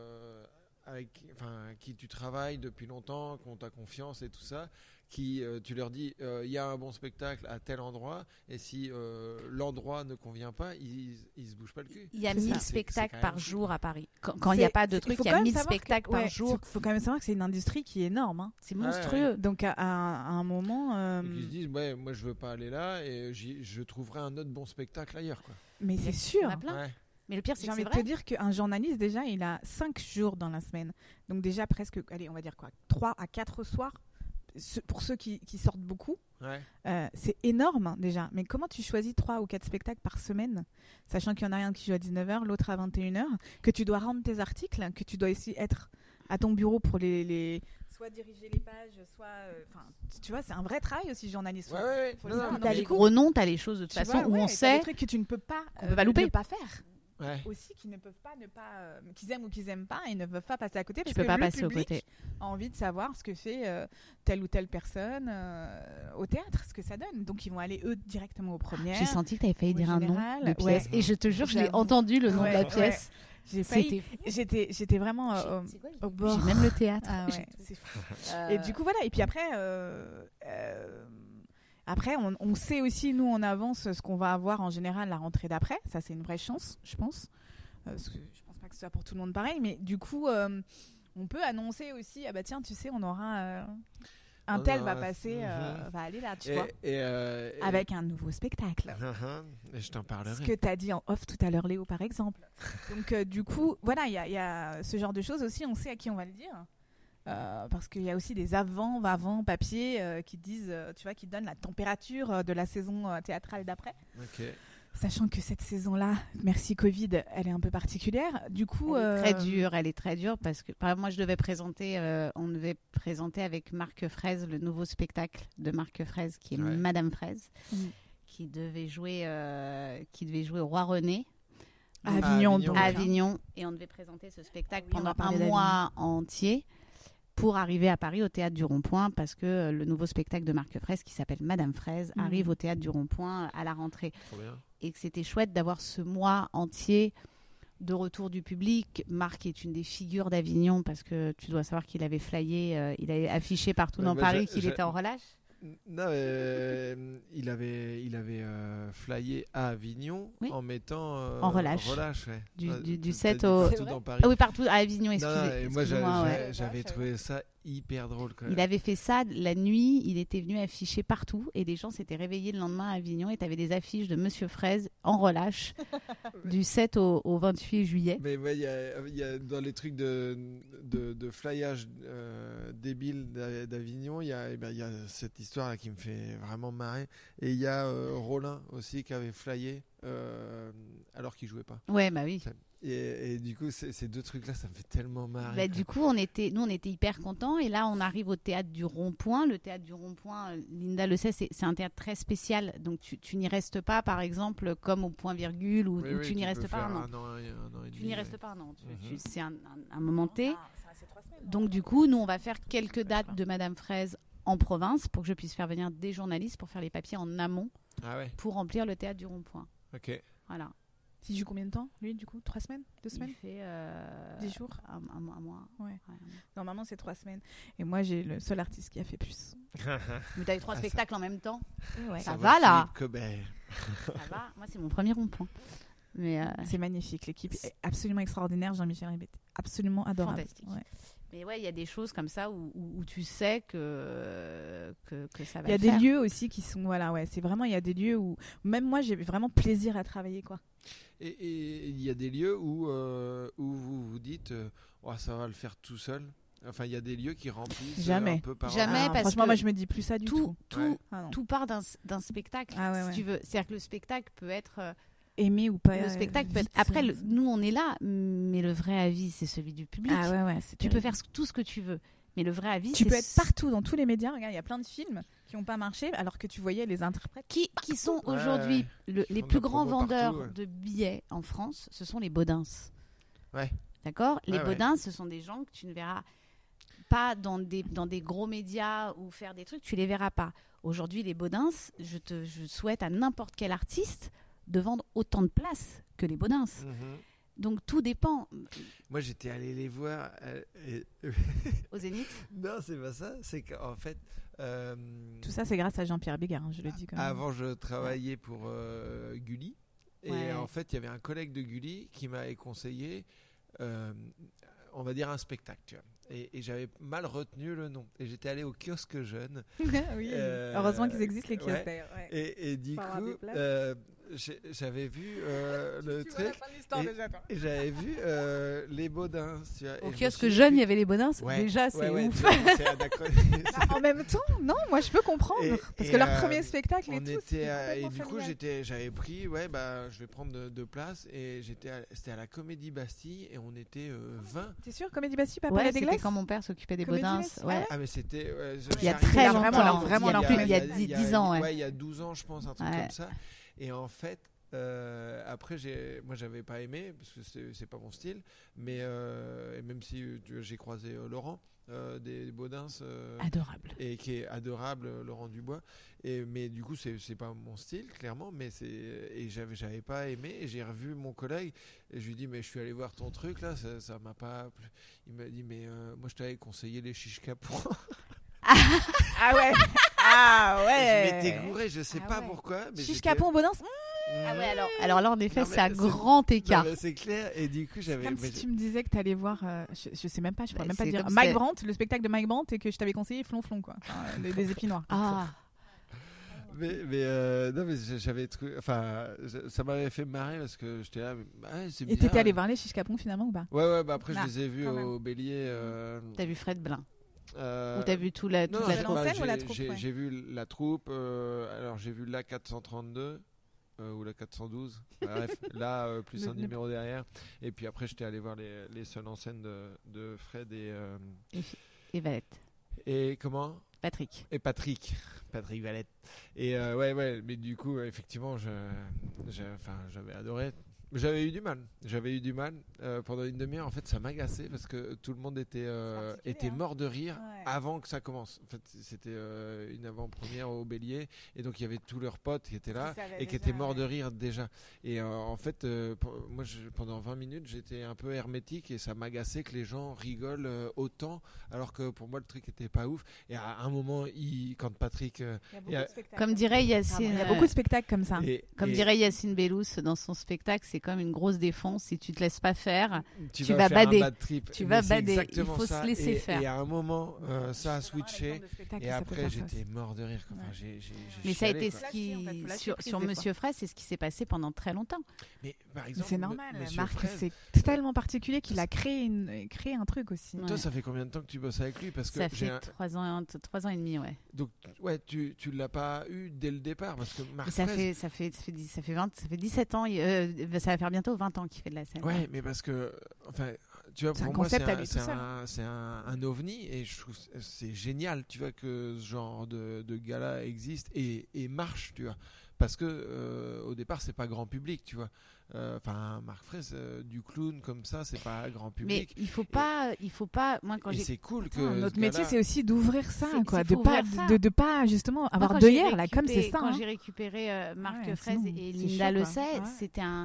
avec qui tu travailles depuis longtemps, qui ont ta confiance et tout ça, qui tu leur dis il y a un bon spectacle à tel endroit, et si l'endroit ne convient pas, ils se bougent pas le cul. Il y a 1000 spectacles par jour à Paris. Quand il n'y a pas de truc, il y a 1000 spectacles par jour. Il faut quand même savoir que c'est une industrie qui est énorme. Hein. C'est monstrueux. Ouais. Donc à un moment... Donc ils se disent moi je veux pas aller là, et je trouverai un autre bon spectacle ailleurs, quoi. Mais c'est sûr. Il y en a plein. Ouais. Mais le pire, c'est que c'est vrai. J'ai envie de te dire qu'un journaliste, déjà, il a 5 jours dans la semaine. Donc déjà presque, allez, on va dire quoi, 3 à 4 soirs, pour ceux qui sortent beaucoup. Ouais. C'est énorme, déjà. Mais comment tu choisis 3 ou 4 spectacles par semaine, sachant qu'il y en a un qui joue à 19h, l'autre à 21h, que tu dois rendre tes articles, que tu dois aussi être à ton bureau pour soit diriger les pages, soit... tu vois, c'est un vrai travail aussi, journaliste. Ouais. T'as les gros noms, t'as les choses de toute façon où on sait... des trucs que tu ne peux pas, louper. Ne pas faire. Ouais. Aussi qui ne peuvent pas qu'ils aiment ou qu'ils aiment pas, ils ne peuvent pas passer à côté parce que le passer public au côté. a envie de savoir ce que fait telle ou telle personne au théâtre, ce que ça donne. Donc ils vont aller eux directement aux premières. J'ai senti que tu avais failli dire un nom de pièce et je te jure, je l'ai entendu le nom de la pièce. J'étais vraiment au bord. J'ai même le théâtre. Ah ouais, c'est fou. Et du coup voilà, et puis après, on sait aussi, nous, en avance, ce qu'on va avoir en général la rentrée d'après. Ça, c'est une vraie chance, je pense. Parce que je pense pas que ce soit pour tout le monde pareil. Mais du coup, on peut annoncer aussi, ah bah tiens, tu sais, on aura... un tel va passer, va aller là, tu vois. Avec un nouveau spectacle. Et je t'en parlerai. Ce que tu as dit en off tout à l'heure, Léo, par exemple. Donc, du coup, voilà, il y a ce genre de choses aussi. On sait à qui on va le dire. Parce qu'il y a aussi des avant papier qui disent, tu vois, qui donnent la température de la saison théâtrale d'après. Ok. Sachant que cette saison-là, merci Covid, elle est un peu particulière. Du coup, elle est très dure parce que moi je devais présenter, on devait présenter avec Marc Fraise le nouveau spectacle de Marc Fraise qui est Madame Fraise, qui devait jouer au Roi René. À Avignon. À Avignon, et on devait présenter ce spectacle pendant un mois entier. Pour arriver à Paris au Théâtre du Rond-Point, parce que le nouveau spectacle de Marc Fraise, qui s'appelle Madame Fraise, arrive au Théâtre du Rond-Point à la rentrée. Trop bien. Et que c'était chouette d'avoir ce mois entier de retour du public. Marc est une des figures d'Avignon, parce que tu dois savoir qu'il avait flyé, il avait affiché partout dans Paris qu'il était en relâche. Non, il avait flyé à Avignon en mettant en relâche. Du 7 au... Partout dans Paris. Ah oui, partout à Avignon, excusez-moi. Moi, j'avais trouvé ça hyper drôle. Quand même. Il avait fait ça la nuit, il était venu afficher partout et les gens s'étaient réveillés le lendemain à Avignon et tu avais des affiches de Monsieur Fraise en relâche du 7 au 28 juillet. Mais il y a dans les trucs de flyage débile d'Avignon, il y a cette histoire là qui me fait vraiment marrer. Et il y a Rollin aussi qui avait flyé alors qu'il jouait pas. Ouais, bah oui. Et du coup, ces deux trucs-là, ça me fait tellement marrer. Du coup, on était hyper contents. Et là, on arrive au Théâtre du Rond-Point. Le Théâtre du Rond-Point, Linda le sait, c'est un théâtre très spécial. Donc, tu n'y restes pas, par exemple, comme au Point-Virgule, où tu n'y restes pas un an. Tu n'y restes pas un an. C'est un moment T. Donc, du coup, nous, on va faire quelques dates de Madame Fraise en province pour que je puisse faire venir des journalistes pour faire les papiers en amont pour remplir le Théâtre du Rond-Point. Ok. Voilà. Il joue combien de temps, lui, du coup 3 semaines 2 semaines Il fait 10 jours un mois. Ouais. Normalement, c'est 3 semaines. Et moi, j'ai le seul artiste qui a fait plus. Mais t'as eu 3 spectacles en même temps. Ouais. Ça va, là. Ça va. Moi, c'est mon premier rond-point. Mais c'est magnifique. L'équipe est absolument extraordinaire. Jean-Michel Ribet, absolument adorable. Fantastique. Ouais. Mais ouais, il y a des choses comme ça où tu sais que ça va. Il y a des lieux aussi qui sont c'est vraiment, il y a des lieux où même moi j'ai vraiment plaisir à travailler, quoi. Et il y a des lieux où vous vous dites ça va le faire tout seul. Enfin, il y a des lieux qui remplissent jamais. Un peu par Jamais, parce franchement, que moi je me dis plus ça du tout. Tout part d'un spectacle, si tu veux. C'est-à-dire que le spectacle peut être aimé ou pas. Le spectacle peut être... Après, nous on est là, mais le vrai avis c'est celui du public. Tu peux faire tout ce que tu veux, mais le vrai avis tu peux être partout dans tous les médias. Regarde, il y a plein de films qui n'ont pas marché alors que tu voyais les interprètes qui sont aujourd'hui les plus grands vendeurs de billets en France. Ce sont les Baudins. D'accord. Les Baudins, ce sont des gens que tu ne verras pas dans des gros médias ou faire des trucs, tu les verras pas. Aujourd'hui, les Baudins, je souhaite à n'importe quel artiste de vendre autant de places que les Baudins. Donc tout dépend. Moi j'étais allé les voir au Zénith. Non, c'est pas ça, c'est qu'en fait tout ça c'est grâce à Jean-Pierre Bégard, je le dis quand même. Avant je travaillais pour Gulli et en fait il y avait un collègue de Gulli qui m'avait conseillé on va dire un spectacle, tu vois. Et j'avais mal retenu le nom. Et j'étais allé au kiosque jeune. Oui, heureusement qu'ils existent les kiosques d'ailleurs. Et du coup, j'avais vu le truc. Et j'avais vu les Baudins. Au kiosque jeune, il y avait les Baudins. Déjà, c'est ouf. En même temps, non, moi je peux comprendre. Parce que leur premier spectacle et tout. Et du coup, j'avais pris, je vais prendre 2 places. Et c'était à la Comédie Bastille. Et on était 20. T'es sûr, Comédie Bastille, pas Palais des Glaces? C'était quand mon père s'occupait des Baudins. Ah, mais c'était. Il y a très longtemps. Il y a 10 ans. Il y a 12 ans, je pense, un truc comme ça. Et en fait, après, moi, j'avais pas aimé parce que c'est pas mon style. Mais et même si j'ai croisé Laurent des Baudins, adorable, et qui est adorable, Laurent Dubois. Mais du coup, c'est pas mon style, clairement. Mais j'avais pas aimé. Et j'ai revu mon collègue et je lui dis mais je suis allé voir ton truc là, ça m'a pas plu. Il m'a dit mais moi je t'avais conseillé les chiches capons. Ah ouais. Je m'étais gouré, je sais pas pourquoi. Chiche Capon, Baudins. Ah ouais, alors là en effet c'est un grand écart. C'est clair. Et du coup j'avais. Comme si tu me disais que t'allais voir, je sais même pas, je pourrais même pas dire Mike Brandt, le spectacle de Mike Brandt, et que je t'avais conseillé Flonflon quoi, des épis noirs. Mais j'avais trouvé, ça m'avait fait marrer parce que j'étais là. C'est bizarre. Et t'étais allé voir les Chiche Capon finalement ou pas? Ouais, après je les ai vus au Bélier. T'as vu Fred Blin? Ou t'as vu toute la troupe? J'ai vu la troupe. Alors j'ai vu la 432 ou la 412. Bref, là plus un numéro derrière. Et puis après j'étais allé voir les seuls en scène de Fred et Valette. Et comment? Patrick Valette. Et mais du coup effectivement j'avais adoré. J'avais eu du mal pendant une demi-heure. En fait, ça m'agaçait parce que tout le monde était mort de rire avant que ça commence. En fait, c'était une avant-première au Bélier et donc il y avait tous leurs potes qui étaient là et qui étaient morts de rire déjà. Et en fait, moi, pendant 20 minutes, j'étais un peu hermétique et ça m'agaçait que les gens rigolent autant alors que pour moi, le truc était pas ouf. Et à un moment, quand Patrick... comme dirait Yacine... Il y a beaucoup de spectacles comme ça. Dirait Yacine Bellous dans son spectacle, c'est comme une grosse défonce. Si tu te laisses pas faire, tu vas bader. Tu vas bader. Il faut se laisser faire. Et à un moment, ça a switché. Et après, j'étais mort de rire. Mais ça a été sur Monsieur Fraisse, c'est ce qui s'est passé pendant très longtemps. Mais par exemple, c'est normal. Marc, c'est tellement particulier qu'il a créé un truc aussi. Toi, ça fait combien de temps que tu bosses avec lui? Parce que ça fait 3 ans et demi, ouais. Donc, tu l'as pas eu dès le départ parce que Marc ça fait 17 ans. Ça va faire bientôt 20 ans qu'il fait de la scène. Ouais, mais parce que, tu vois, pour moi, c'est un ovni et je trouve c'est génial, tu vois, que ce genre de gala existe et marche, tu vois. Parce que au départ, c'est pas grand public, tu vois. Marc Fraisse, du clown comme ça, c'est pas grand public. Mais il faut pas. Moi, quand c'est cool que notre métier, c'est aussi d'ouvrir ça, quoi, de pas justement avoir d'œillères là, comme c'est ça. Quand j'ai récupéré Marc Fraisse et Linda Le sait,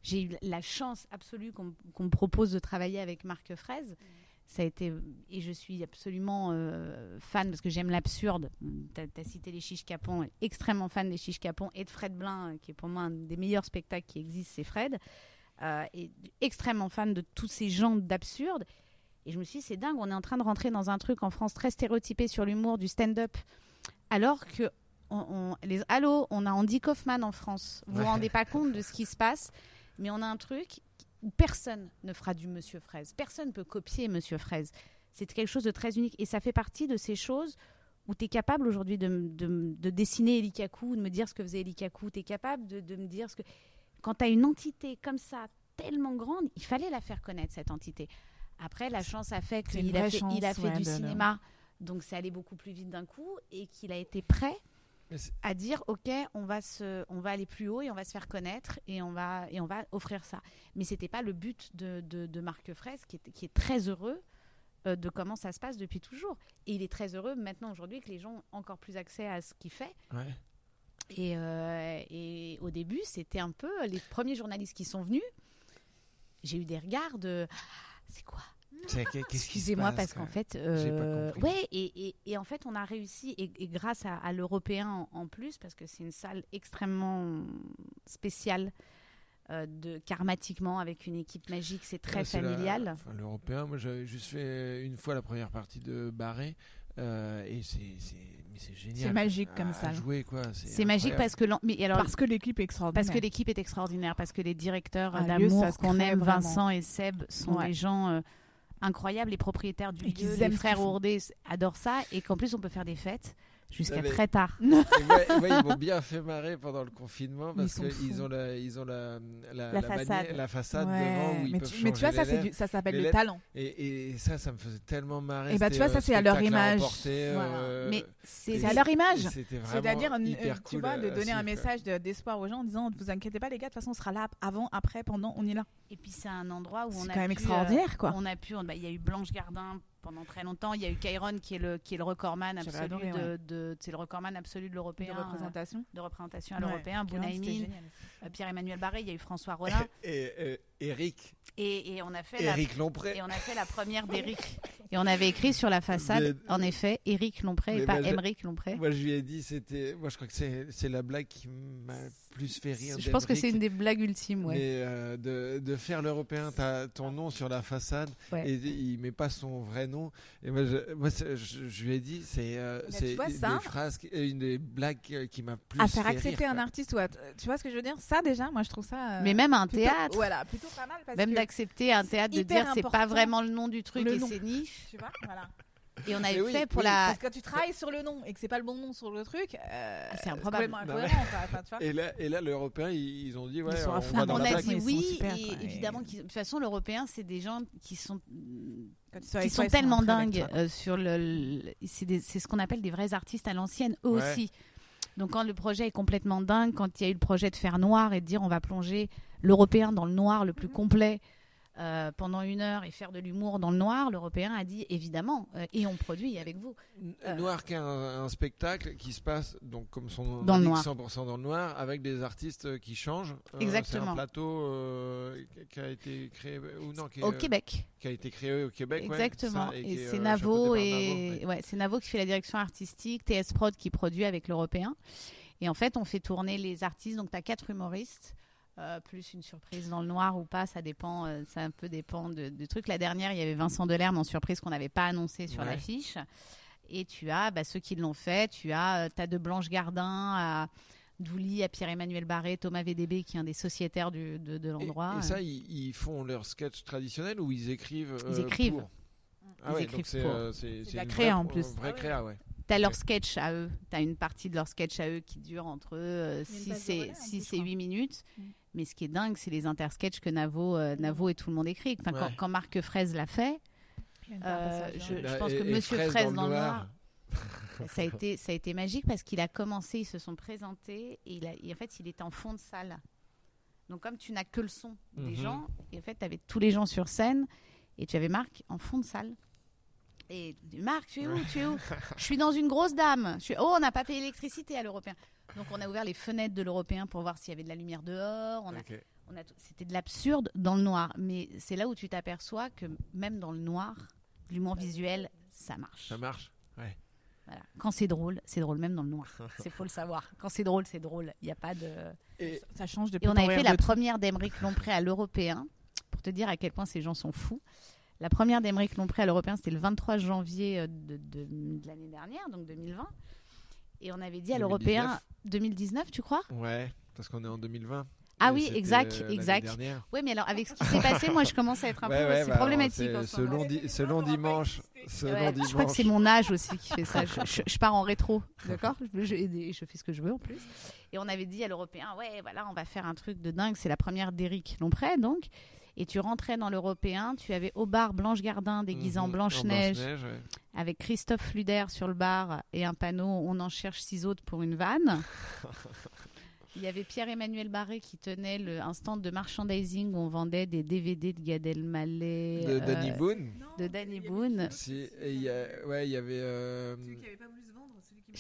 j'ai eu la chance absolue qu'on me propose de travailler avec Marc Fraise. Ça a été, et je suis absolument fan parce que j'aime l'absurde. Tu as cité les Chiches Capon, extrêmement fan des Chiches Capon et de Fred Blin, qui est pour moi un des meilleurs spectacles qui existent, c'est Fred. Et extrêmement fan de tous ces genres d'absurde. Et je me suis dit, c'est dingue, on est en train de rentrer dans un truc en France très stéréotypé sur l'humour, du stand-up, alors que on a Andy Kaufman en France. Vous vous rendez pas compte de ce qui se passe, mais on a un truc où personne ne fera du Monsieur Fraise. Personne ne peut copier Monsieur Fraise. C'est quelque chose de très unique. Et ça fait partie de ces choses où tu es capable aujourd'hui de dessiner Elie Kakou, de me dire ce que faisait Elie Kakou. Tu es capable de me dire ce que... Quand tu as une entité comme ça, tellement grande, il fallait la faire connaître, cette entité. Après, la chance a fait qu'il a fait du cinéma. Donc, c'est allé beaucoup plus vite d'un coup et qu'il a été prêt à dire ok, on va aller plus haut et on va se faire connaître et on va offrir ça. Mais c'était pas le but de Marc Fraise qui est très heureux de comment ça se passe depuis toujours. Et il est très heureux maintenant aujourd'hui que les gens ont encore plus accès à ce qu'il fait. Ouais. Et au début, c'était un peu les premiers journalistes qui sont venus. J'ai eu des regards de c'est quoi? Excusez-moi parce qu'en fait, et en fait, on a réussi et grâce à l'Européen en plus parce que c'est une salle extrêmement spéciale, karmatiquement avec une équipe magique, c'est très familial. L'Européen, moi j'avais juste fait une fois la première partie de Barré. Et c'est génial. C'est magique comme ça. Jouer, quoi. C'est magique parce que l'équipe est extraordinaire. Parce que l'équipe est extraordinaire, parce que les directeurs d'amour qu'on aime, vraiment. Vincent et Seb, sont des gens incroyables. Les propriétaires du lieu, les frères Ourdet adorent ça, et qu'en plus on peut faire des fêtes jusqu'à très tard. Ils m'ont bien fait marrer pendant le confinement parce qu'ils ont la façade devant où ils peuvent changer. Mais tu vois, ça s'appelle le talent. Et ça me faisait tellement marrer. Et tu vois, ça c'est à leur image. Mais c'est à leur image. C'est-à-dire hyper cool, tu vois, de donner un message d'espoir aux gens en disant ne vous inquiétez pas les gars, de toute façon on sera là avant, après, pendant, on est là. Et puis c'est un endroit où c'est quand même extraordinaire, quoi. Il y a eu Blanche Gardin pendant très longtemps, il y a eu Kairon qui est le recordman absolu c'est le recordman absolu de l'Européen de représentation à l'Européen, Bounaïmin, Pierre-Emmanuel Barré, il y a eu François Rollin et Eric et on a fait Éric Lompré. Et on a fait la première d'Éric et on avait écrit sur la façade en effet Éric Lompré et pas Émeric Lompré. Moi je lui ai dit moi je crois que c'est la blague qui m'a plus fait rire. Je pense que c'est une des blagues ultimes, mais de faire l'Européen, t'as ton nom sur la façade et il met pas son vrai nom. Et moi je lui ai dit c'est une des blagues qui m'a plus à faire fait accepter rire, un artiste tu vois ce que je veux dire, ça déjà moi je trouve ça mais même un théâtre plutôt pas mal parce même d'accepter un théâtre de dire c'est pas vraiment le nom du truc et nom. C'est niche, tu vois, voilà. Et on avait fait pour la... Parce que quand tu travailles sur le nom et que c'est pas le bon nom sur le truc, c'est improbable. Et là, l'Européen, ils ont dit on a dit oui, et évidemment, de toute façon, l'Européen, c'est des gens qui sont tellement dingues sur c'est ce qu'on appelle des vrais artistes à l'ancienne, eux aussi. Donc quand le projet est complètement dingue, quand il y a eu le projet de faire noir et de dire on va plonger l'Européen dans le noir le plus complet pendant 1 heure et faire de l'humour dans le noir, l'Européen a dit évidemment et on produit avec vous. Noir qui est un spectacle qui se passe donc comme son nom dans l'indique 100% dans le noir avec des artistes qui changent. Exactement. C'est un plateau qui a été créé au Québec. Qui a été créé au Québec. Exactement. Ouais, et c'est Navo c'est Navo qui fait la direction artistique, TS Prod qui produit avec l'Européen. Et en fait, on fait tourner les artistes. Donc tu as 4 humoristes. Plus une surprise dans le noir ou pas, ça dépend, ça un peu dépend du truc. La dernière, il y avait Vincent Delerme en surprise qu'on n'avait pas annoncé sur l'affiche. Et tu as ceux qui l'ont fait. T'as de Blanche Gardin à Douli, à Pierre-Emmanuel Barré, Thomas VDB qui est un des sociétaires de l'endroit. Et ça, ils font leur sketch traditionnel ou ils écrivent Ils écrivent. Donc c'est la créa en plus. Vraie créa, ouais. T'as leur sketch à eux. T'as une partie de leur sketch à eux qui dure entre 6 et 8 minutes. Mais ce qui est dingue, c'est les intersketchs que Navo et tout le monde écrit. Enfin, quand Marc Fraise l'a fait, je pense que Monsieur Fraise dans le noir, ça a été magique parce qu'il a commencé, ils se sont présentés et en fait, il était en fond de salle. Donc, comme tu n'as que le son des gens, et en fait, tu avais tous les gens sur scène et tu avais Marc en fond de salle. Et Marc, tu es où Je suis dans une grosse dame. On n'a pas payé l'électricité à l'Européen. Donc on a ouvert les fenêtres de l'Européen pour voir s'il y avait de la lumière dehors. C'était de l'absurde dans le noir. Mais c'est là où tu t'aperçois que même dans le noir, l'humour visuel, ça marche. Ça marche, ouais. Voilà. Quand c'est drôle même dans le noir. C'est faut le savoir. Quand c'est drôle, c'est drôle. Il n'y a pas de... Et ça change de. Et on avait fait la première d'Aymeric Lompré à l'Européen, pour te dire à quel point ces gens sont fous. La première d'Aymeric Lompré à l'Européen, c'était le 23 janvier de l'année dernière, donc 2020. Et on avait dit à l'Européen 2019, tu crois ? Ouais, parce qu'on est en 2020. Ah oui, exact. Oui, mais alors avec ce qui s'est passé, moi je commence à être un peu problématique. Selon dimanche. Je crois que c'est mon âge aussi qui fait ça. Je pars en rétro, d'accord ? Je fais ce que je veux en plus. Et on avait dit à l'Européen, on va faire un truc de dingue. C'est la première d'Éric Lompré, donc. Et tu rentrais dans l'Européen, tu avais au bar Blanche Gardin déguisée en Blanche-Neige, avec Christophe Fluder sur le bar et un panneau « On en cherche 6 autres pour une vanne ». Il y avait Pierre-Emmanuel Barré qui tenait un stand de merchandising où on vendait des DVD de Gad Elmaleh. De Danny Boone. De Danny Boone. Il y avait... Celui qui n'avait pas voulu se vendre.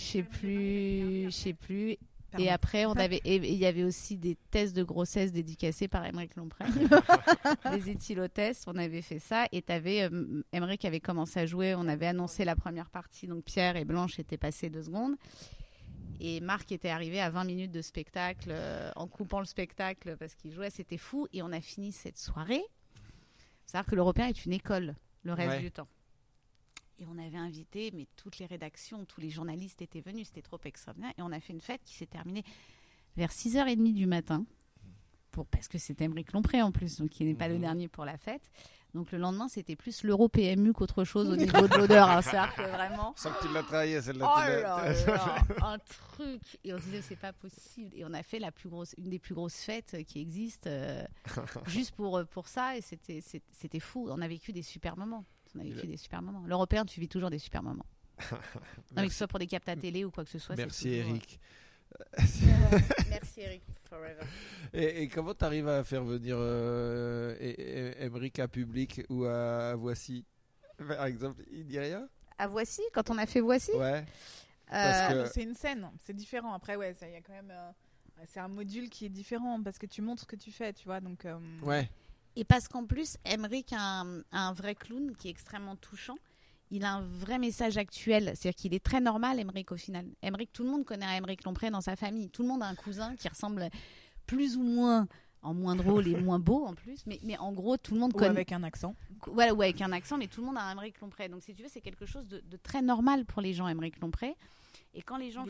Je sais plus. Et après, il y avait aussi des tests de grossesse dédicacés par Aymeric Lompré. Des éthylotests, on avait fait ça. Et Aymeric avait commencé à jouer, on avait annoncé la première partie. Donc Pierre et Blanche étaient passés 2 secondes. Et Marc était arrivé à 20 minutes de spectacle, en coupant le spectacle parce qu'il jouait, c'était fou. Et on a fini cette soirée. C'est-à-dire que l'Européen est une école le reste du temps. Et on avait invité, mais toutes les rédactions, tous les journalistes étaient venus, c'était trop extraordinaire. Et on a fait une fête qui s'est terminée vers 6h30 du matin, parce que c'était Aymeric Lompré en plus, donc il n'est pas le dernier pour la fête. Donc le lendemain, c'était plus l'Euro-PMU qu'autre chose au niveau de l'odeur. Hein. C'est-à-dire que vraiment... Sans que tu l'as travaillé, celle-là. Oh là là, un truc. Et on se disait, c'est pas possible. Et on a fait une des plus grosses fêtes qui existent, juste pour ça. Et c'était fou. On a vécu des super moments. L'Européen, tu vis toujours des super moments. Non, mais que ce soit pour des captes à télé ou quoi que ce soit. Merci Eric. Merci Eric, forever. Et comment tu arrives à faire venir Aymeric à Public ou à Voici, par exemple? Il dit rien? À Voici, quand on a fait Voici? Ouais. C'est une scène, c'est différent. Après, il y a quand même... c'est un module qui est différent parce que tu montres ce que tu fais, tu vois. Donc, ouais. Et parce qu'en plus, Aymeric a un vrai clown qui est extrêmement touchant. Il a un vrai message actuel. C'est-à-dire qu'il est très normal, Aymeric, au final. Aymeric, tout le monde connaît Aymeric Lompré dans sa famille. Tout le monde a un cousin qui ressemble plus ou moins, en moins drôle et moins beau en plus. Mais en gros, tout le monde connaît. Ou avec un accent. Voilà, ou avec un accent, mais tout le monde a un Aymeric Lompré. Donc, si tu veux, c'est quelque chose de très normal pour les gens, Aymeric Lompré. Et quand les gens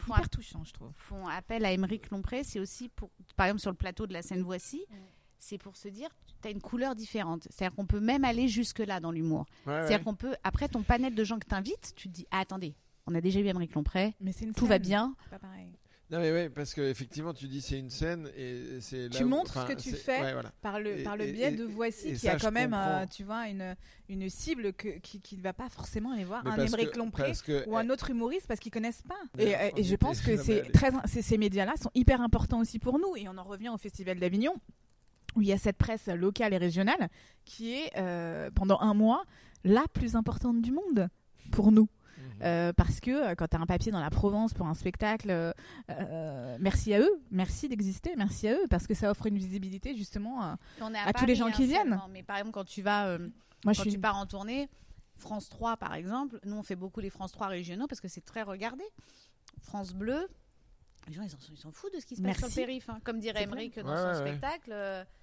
font appel à Aymeric Lompré, c'est aussi pour, par exemple, sur le plateau de la scène Voici, c'est pour se dire, tu as une couleur différente. C'est-à-dire qu'on peut même aller jusque-là dans l'humour. C'est-à-dire qu'on peut, après ton panel de gens que tu invites, tu te dis, attendez, on a déjà eu Aymeric Lompré, tout va bien. C'est pas pareil. Non mais ouais, parce qu'effectivement tu dis c'est une scène et c'est là tu montres ce que tu fais par le biais de Voici qui a quand même tu vois une cible qui ne va pas forcément aller voir un Aymeric Lompré ou un autre humoriste parce qu'ils connaissent pas. Et je pense que ces médias-là sont hyper importants aussi pour nous. Et on en revient au Festival d'Avignon où il y a cette presse locale et régionale qui est pendant un mois la plus importante du monde pour nous. Parce que quand tu as un papier dans la Provence pour un spectacle, merci à eux, merci d'exister, merci à eux, parce que ça offre une visibilité justement à tous les gens qui viennent. Mais par exemple, quand tu pars en tournée, France 3 par exemple, nous on fait beaucoup les France 3 régionaux parce que c'est très regardé. France Bleu, les gens ils s'en foutent de ce qui se passe sur le périph'. Hein. Comme dirait Aymeric dans son spectacle,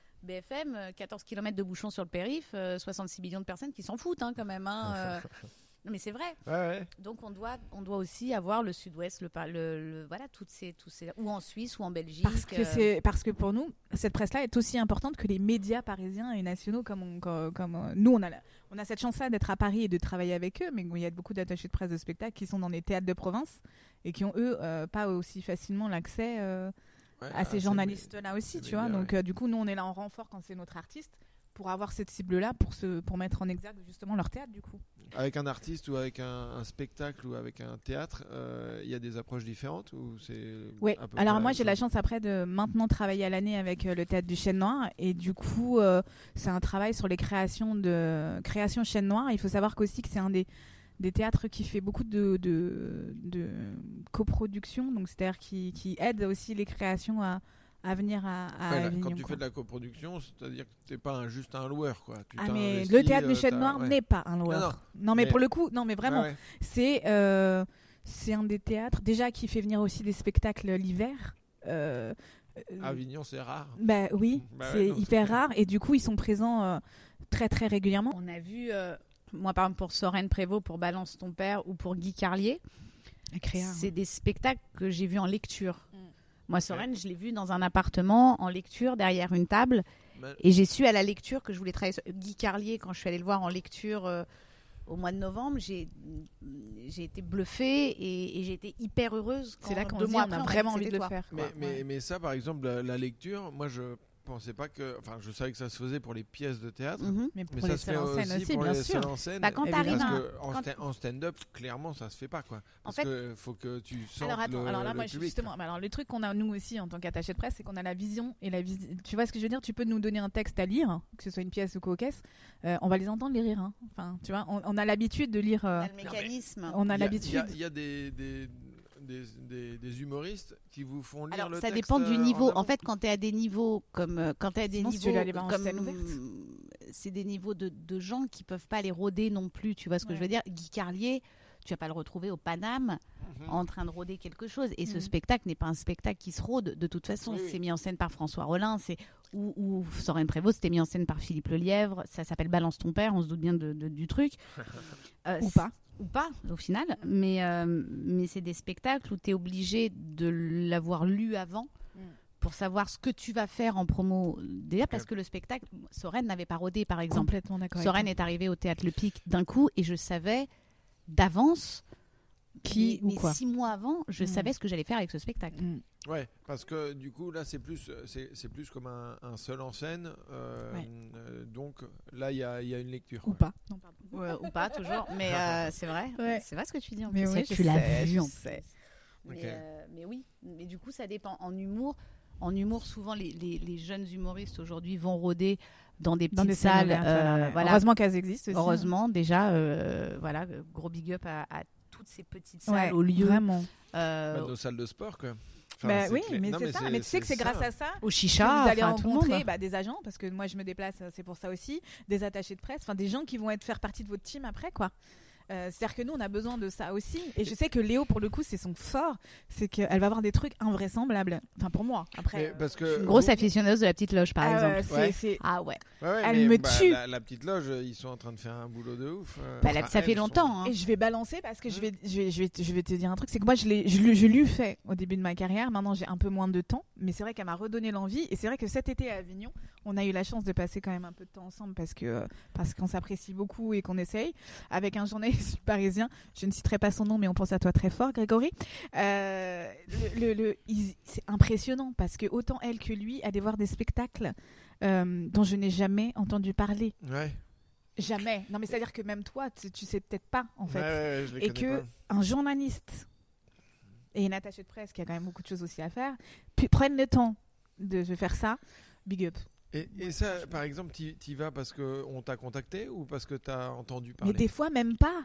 BFM, 14 km de bouchons sur le périph', 66 millions de personnes qui s'en foutent hein, quand même. Hein, Non mais c'est vrai. Donc on doit aussi avoir le Sud-Ouest, voilà tous ces ou en Suisse ou en Belgique. Parce que pour nous cette presse-là est aussi importante que les médias parisiens et nationaux comme nous on a cette chance-là d'être à Paris et de travailler avec eux, mais il y a beaucoup d'attachés de presse de spectacle qui sont dans des théâtres de province et qui ont eux pas aussi facilement l'accès à ces journalistes-là aussi, tu vois. Donc du coup nous on est là en renfort quand c'est notre artiste. Pour avoir cette cible-là, pour mettre en exergue justement leur théâtre, du coup. Avec un artiste ou avec un spectacle ou avec un théâtre, il y a des approches différentes ou c'est Oui, alors moi j'ai la chance après de maintenant travailler à l'année avec le théâtre du Chêne Noir et du coup c'est un travail sur les créations Chêne Noir. Il faut savoir qu'aussi que c'est un des théâtres qui fait beaucoup de coproduction, donc c'est-à-dire qui aide aussi les créations à venir à Avignon. Quand tu fais de la coproduction, c'est-à-dire que tu n'es pas juste un loueur, quoi. Mais le théâtre Michel Noir n'est pas un loueur. Non, mais pour le coup, non, mais vraiment, c'est un des théâtres déjà qui fait venir aussi des spectacles l'hiver. Avignon, c'est rare. Oui, c'est hyper rare. Et du coup, ils sont présents très, très régulièrement. On a vu, moi, par exemple, pour Soren Prévost, pour Balance ton père ou pour Guy Carlier, c'est des spectacles que j'ai vus en lecture. Moi, Soren, je l'ai vu dans un appartement, en lecture, derrière une table. Et j'ai su à la lecture que je voulais travailler sur Guy Carlier. Quand je suis allée le voir en lecture au mois de novembre, j'ai été bluffée et j'ai été hyper heureuse. C'est là qu'on a vraiment envie de le faire. Mais ça, par exemple, la lecture, moi, je pensais pas que... Enfin, je savais que ça se faisait pour les pièces de théâtre. Mais ça se fait aussi, pour bien les sûr. salles en scène. Quand t'arrives en stand-up, clairement, ça se fait pas, quoi. Parce que faut que tu sentes alors là, moi, public. justement, le truc qu'on a nous aussi en tant qu'attaché de presse, c'est qu'on a la vision et la vision. Tu vois ce que je veux dire ? Tu peux nous donner un texte à lire, que ce soit une pièce ou co-caisse, on va les entendre les rires. Hein. Enfin, tu vois, on a l'habitude de lire. On a le mécanisme. On a l'habitude. Il y a des humoristes qui vous font lire le texte. Ça dépend du niveau. En fait, quand tu es à des niveaux comme quand tu es à des niveaux c'est des niveaux de gens qui peuvent pas les rôder non plus, tu vois ce que je veux dire. Guy Carlier, tu vas pas le retrouver au Paname en train de rôder quelque chose, et ce spectacle n'est pas un spectacle qui se rôde de toute façon. C'est mis en scène par François Rollin, ou Soren Prévost, c'était mis en scène par Philippe Lelièvre, ça s'appelle Balance ton père, on se doute bien du truc. Ou pas au final, mais c'est des spectacles où tu es obligé de l'avoir lu avant pour savoir ce que tu vas faire en promo. Déjà parce que le spectacle, Soren n'avait pas rodé par exemple. Complètement d'accord. Soren est arrivé au Théâtre Le Pic d'un coup et je savais d'avance mais 6 mois avant, je savais ce que j'allais faire avec ce spectacle. Ouais, parce que du coup là c'est plus comme un seul en scène, donc là il y a une lecture. Ou pas. Non, ou pas toujours, mais c'est vrai. C'est vrai ce que tu dis en mais plus. Oui, tu l'as vu en fait. Mais oui, mais du coup ça dépend. En humour, souvent les jeunes humoristes aujourd'hui vont rôder dans des petites salles. Voilà. Heureusement qu'elles existent aussi. Heureusement, déjà, gros big up à toutes ces petites salles au lieu. Vraiment. Nos salles de sport, quoi. Oui, mais c'est ça. Mais tu sais que c'est grâce à ça au chicha, vous allez rencontrer des agents, parce que moi je me déplace, c'est pour ça aussi, des attachés de presse, des gens qui vont faire partie de votre team après, quoi. C'est-à-dire que nous, on a besoin de ça aussi. Et je sais que Léo, pour le coup, c'est son fort. C'est qu'elle va avoir des trucs invraisemblables. Enfin, pour moi. Après, parce que je suis une grosse aficionneuse de la petite loge, par exemple. Ah ouais. Elle me tue. La petite loge, ils sont en train de faire un boulot de ouf. Ça fait longtemps. Et je vais balancer parce que je vais te dire un truc. C'est que moi, je l'ai fait au début de ma carrière. Maintenant, j'ai un peu moins de temps. Mais c'est vrai qu'elle m'a redonné l'envie. Et c'est vrai que cet été à Avignon, on a eu la chance de passer quand même un peu de temps ensemble parce qu'on s'apprécie beaucoup et qu'on essaye. Avec un journaliste parisien, je ne citerai pas son nom, mais on pense à toi très fort, Grégory. C'est impressionnant parce que autant elle que lui allaient voir des spectacles dont je n'ai jamais entendu parler. Ouais. Jamais. Non, mais c'est-à-dire que même toi, tu sais peut-être pas, en fait. Ouais, je les et que un journaliste et une attachée de presse qui a quand même beaucoup de choses aussi à faire, prennent le temps de faire ça. Big up. Et ça, par exemple, t'y vas parce qu'on t'a contacté ou parce que t'as entendu parler ? Mais des fois, même pas.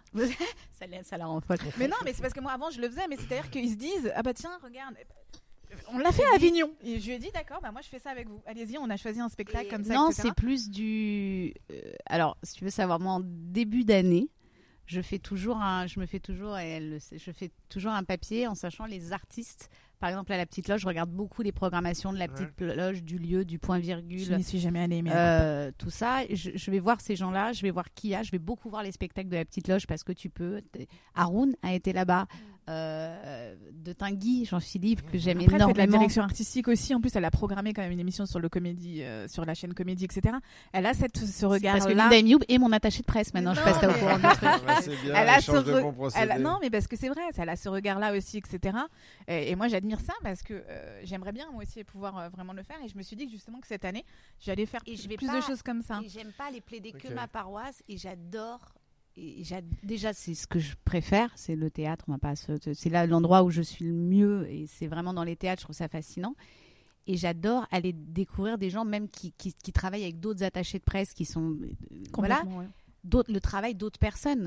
ça la rend folle. Mais non, mais c'est parce que moi, avant, je le faisais. Mais c'est-à-dire qu'ils se disent, ah bah tiens, regarde, on l'a fait à Avignon. Et je lui ai dit, d'accord, moi, je fais ça avec vous. Allez-y, on a choisi un spectacle comme ça, non, etc. c'est plus du... alors, si tu veux savoir, moi, en début d'année, je fais toujours un papier en sachant les artistes. Par exemple, à la Petite Loge, je regarde beaucoup les programmations de la Petite Loge, du lieu, du point virgule. Je n'y suis jamais allée, mais tout ça. Je vais voir ces gens-là, je vais voir qui y a. Je vais beaucoup voir les spectacles de la Petite Loge parce que tu peux. Haroun a été là-bas. De Tinguy, Jean-Philippe, que j'aime énormément. Elle fait de la direction artistique aussi. En plus, elle a programmé quand même une émission sur le comédie, sur la chaîne Comédie, etc. Elle a ce regard-là. Parce que Linda Mioub est mon attachée de presse maintenant. Je passe au courant du truc. C'est bien. Elle a ce non, mais parce que c'est vrai, elle a ce regard-là aussi, etc. Et moi, j'admire ça parce que j'aimerais bien moi aussi pouvoir vraiment le faire. Et je me suis dit que justement que cette année, j'allais faire plus de choses comme ça. Et j'aime pas les plaider que ma paroisse. Et j'adore. Déjà, c'est ce que je préfère, c'est le théâtre. C'est là l'endroit où je suis le mieux, et c'est vraiment dans les théâtres. Je trouve ça fascinant. Et j'adore aller découvrir des gens même qui travaillent avec d'autres attachés de presse qui sont le travail d'autres personnes.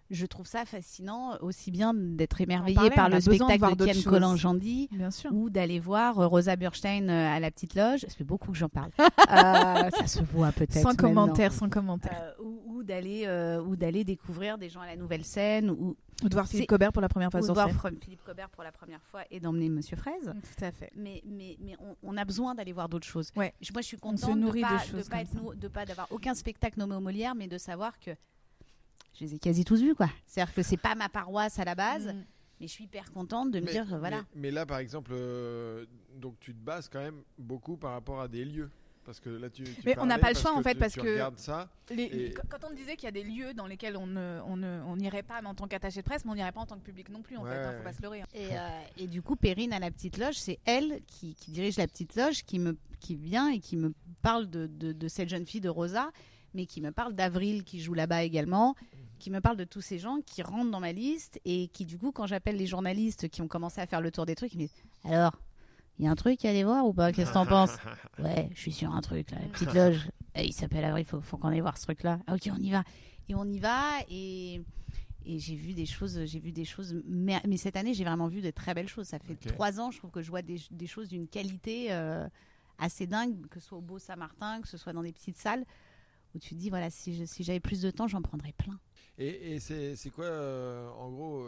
je trouve ça fascinant aussi bien d'être émerveillée par le spectacle de Kian Colangeli ou d'aller voir Rosa Burstein à la Petite Loge. Ça fait beaucoup que j'en parle. Ça se voit peut-être. Sans commentaire. Ou d'aller découvrir des gens à la Nouvelle Scène. Ou de voir Philippe Cobert pour la première fois sur scène. Ou de voir Philippe Cobert pour la première fois et d'emmener Monsieur Fraise. Tout à fait. Mais on a besoin d'aller voir d'autres choses. Ouais. Moi, je suis contente de pas d'avoir aucun spectacle nommé aux Molières, mais de savoir que je les ai quasi tous vus, quoi. C'est-à-dire que c'est pas ma paroisse à la base, mais je suis hyper contente de me dire, voilà. Mais là, par exemple, donc tu te bases quand même beaucoup par rapport à des lieux. Parce que là, mais on n'a pas le choix, en fait, parce que ça, quand on me disait qu'il y a des lieux dans lesquels on n'irait pas en tant qu'attaché de presse, mais on n'irait pas en tant que public non plus, en fait. Faut pas se leurrer. Et du coup, Perrine à la Petite Loge, c'est elle qui dirige la Petite Loge, qui vient et qui me parle de cette jeune fille de Rosa, mais qui me parle d'Avril qui joue là-bas également, qui me parle de tous ces gens qui rentrent dans ma liste et qui, du coup, quand j'appelle les journalistes qui ont commencé à faire le tour des trucs, ils me disent « Alors, il y a un truc à aller voir ou pas ? Qu'est-ce que t'en penses ?»« Ouais, je suis sur un truc, là, la Petite Loge. Il s'appelle Avril, faut qu'on aille voir ce truc-là. Ah, ok, on y va. » Et on y va et j'ai vu des choses, mais cette année, j'ai vraiment vu de très belles choses. Ça fait 3 ans, je trouve que je vois des choses d'une qualité assez dingue, que ce soit au Beau Saint-Martin, que ce soit dans des petites salles, où tu te dis, voilà, si j'avais plus de temps, j'en prendrais plein. Et c'est quoi, en gros,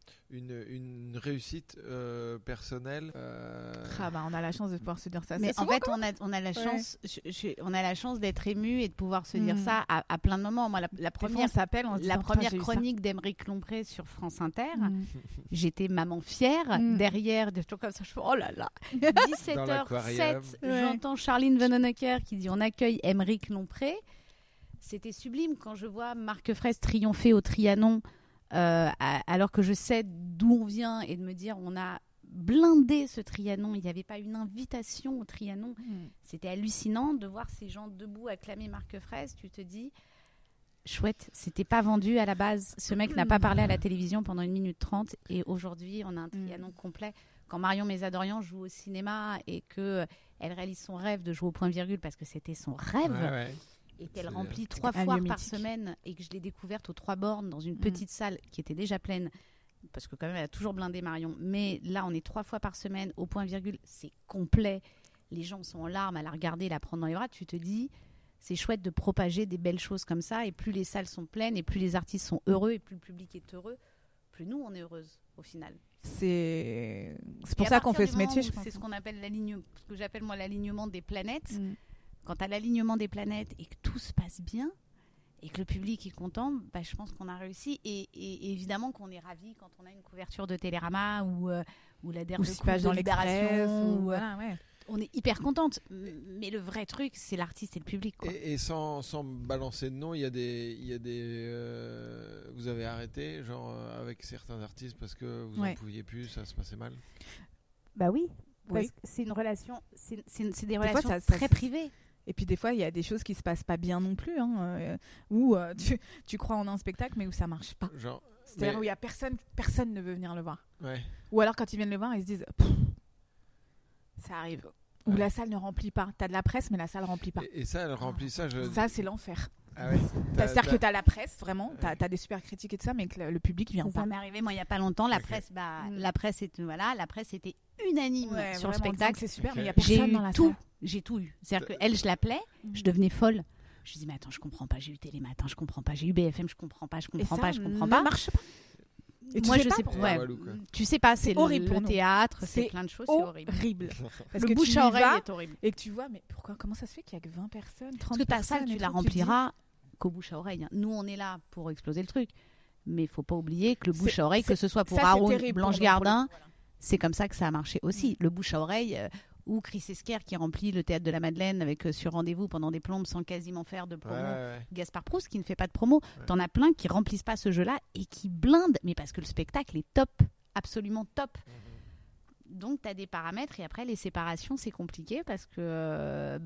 une réussite personnelle on a la chance de pouvoir se dire ça. Mais en fait, on a la chance, on a la chance d'être ému et de pouvoir se dire ça à plein de moments. Moi, la première chronique d'Aymeric Lompré sur France Inter, j'étais maman fière derrière des trucs comme ça. Je fais oh là là. 17h07, j'entends Charline Vanhoenacker qui dit on accueille Aymeric Lompré. C'était sublime quand je vois Marc Fraisse triompher au Trianon alors que je sais d'où on vient et de me dire on a blindé ce Trianon, il n'y avait pas une invitation au Trianon. C'était hallucinant de voir ces gens debout acclamer Marc Fraisse. Tu te dis chouette, c'était pas vendu à la base. Ce mec n'a pas parlé à la télévision pendant 1 minute 30 et aujourd'hui on a un Trianon complet. Quand Marion Mésadorian joue au cinéma et qu'elle réalise son rêve de jouer au point virgule parce que c'était son rêve et qu'elle remplit 3 fois par semaine et que je l'ai découverte aux 3 bornes dans une petite salle qui était déjà pleine parce que quand même elle a toujours blindé Marion, mais là on est 3 fois par semaine au point virgule, c'est complet, les gens sont en larmes à la regarder, la prendre dans les bras, tu te dis c'est chouette de propager des belles choses comme ça et plus les salles sont pleines et plus les artistes sont heureux et plus le public est heureux, plus nous on est heureuse au final. C'est pour ça qu'on fait ce métier, je pense. C'est ce qu'on appelle ce que j'appelle moi l'alignement des planètes. Quand tu as l'alignement des planètes et que tout se passe bien et que le public est content, je pense qu'on a réussi. Et évidemment qu'on est ravis quand on a une couverture de Télérama ou la dernière page dans Libération. On est hyper contente. Mais le vrai truc, c'est l'artiste et le public. Quoi. Et sans balancer de nom, il y a des vous avez arrêté, genre avec certains artistes parce que vous n'en pouviez plus, ça se passait mal. Bah oui. Parce que c'est une relation, c'est des relations très privées. Et puis des fois, il y a des choses qui se passent pas bien non plus, où tu crois en un spectacle, mais où ça marche pas. C'est-à-dire où il y a personne ne veut venir le voir. Ouais. Ou alors quand ils viennent le voir, ils se disent, ça arrive. Ou la salle ne remplit pas. T'as de la presse, mais la salle remplit pas. Et ça, elle remplit ça. Ça, c'est l'enfer. Ah ouais. C'est-à-dire que t'as la presse, vraiment, t'as des super critiques et tout ça, mais que le public vient pas. Ça m'est arrivé, moi, il y a pas longtemps. La presse, la presse était unanime sur le spectacle. C'est super, mais il y a personne dans la salle. J'ai tout eu. C'est-à-dire qu'elle, je l'appelais, je devenais folle. Je dis, mais attends, je comprends pas. J'ai eu Télématin, je comprends pas. J'ai eu BFM, je comprends pas. Je comprends pas. Ça marche pas. Et moi, je sais pas. Tu sais pas, c'est horrible. Le théâtre, c'est plein de choses, c'est horrible. Parce que bouche à oreille est horrible. Et que tu vois, mais comment ça se fait qu'il y a que 20 personnes, 30 Parce que ta personnes, salle, tu la rempliras qu'au bouche à oreille. Nous, on est là pour exploser le truc. Mais il faut pas oublier que le bouche à oreille, que ce soit pour Haroun, Blanche Gardin, c'est comme ça que ça a marché aussi. Le bouche à oreille, ou Chris Esquer qui remplit le Théâtre de la Madeleine avec sur rendez-vous pendant des plombes sans quasiment faire de promo. Gaspard Proust qui ne fait pas de promo. T'en as plein qui remplissent pas ce jeu-là et qui blindent, mais parce que le spectacle est top, absolument top. Donc t'as des paramètres et après les séparations c'est compliqué parce que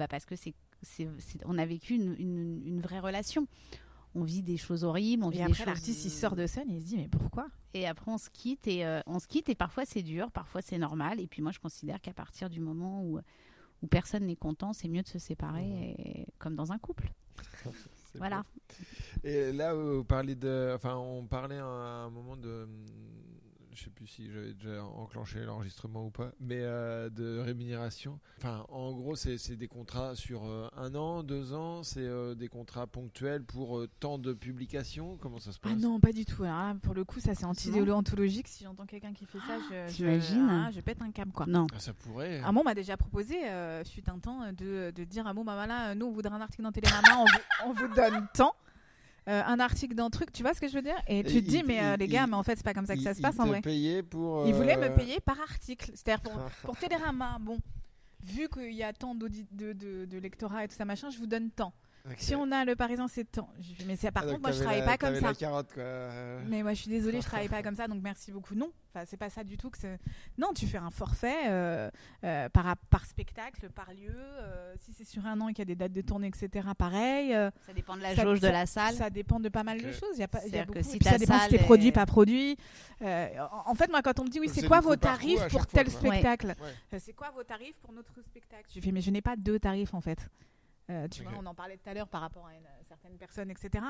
on a vécu une vraie relation. On vit des choses horribles. Et après, l'artiste, il sort de scène et il se dit, mais pourquoi ? Et après, on se quitte et parfois c'est dur, parfois c'est normal. Et puis moi, je considère qu'à partir du moment où personne n'est content, c'est mieux de se séparer, comme dans un couple. Voilà. Beau. Et là, vous parlez on parlait à un moment de... Je sais plus si j'avais déjà enclenché l'enregistrement ou pas, mais de rémunération. Enfin, en gros, c'est des contrats sur 1 an, 2 ans, c'est des contrats ponctuels pour tant de publications. Comment ça se passe ? Ah non, pas du tout. Alors là, pour le coup, ça c'est anti-déontologique. Si j'entends quelqu'un qui fait ça, je pète un câble, quoi. Non. Ça pourrait. Un mot m'a déjà proposé, fut un temps, de dire à voilà, nous on voudrait un article dans Télérama, on vous donne tant. Un article d'un truc, tu vois ce que je veux dire ? Et tu te dis, mais les gars, mais en fait, c'est pas comme ça que ça se passe en vrai. Ils voulaient me payer par article. C'est-à-dire pour Télérama, bon, vu qu'il y a tant de lectorat et tout ça, machin, je vous donne tant. Okay. Si on a le Parisien, c'est tant. Mais par contre, moi, je travaille pas comme ça. La carotte, quoi. Mais moi, je suis désolée, je travaille pas comme ça, donc merci beaucoup. Non, enfin, c'est pas ça du tout. Non, tu fais un forfait par spectacle, par lieu. Si c'est sur 1 an et qu'il y a des dates de tournée, etc., pareil. Ça dépend de la jauge de la salle. Ça dépend de pas mal de choses. Il y a beaucoup. Si ça dépend si t'es produit, pas produit. En fait, moi, quand on me dit, oui, c'est quoi vos tarifs pour tel spectacle ? C'est quoi vos tarifs pour notre spectacle ? Je fais, mais je n'ai pas 2 tarifs, en fait. Tu vois, on en parlait tout à l'heure par rapport à certaines personnes, etc.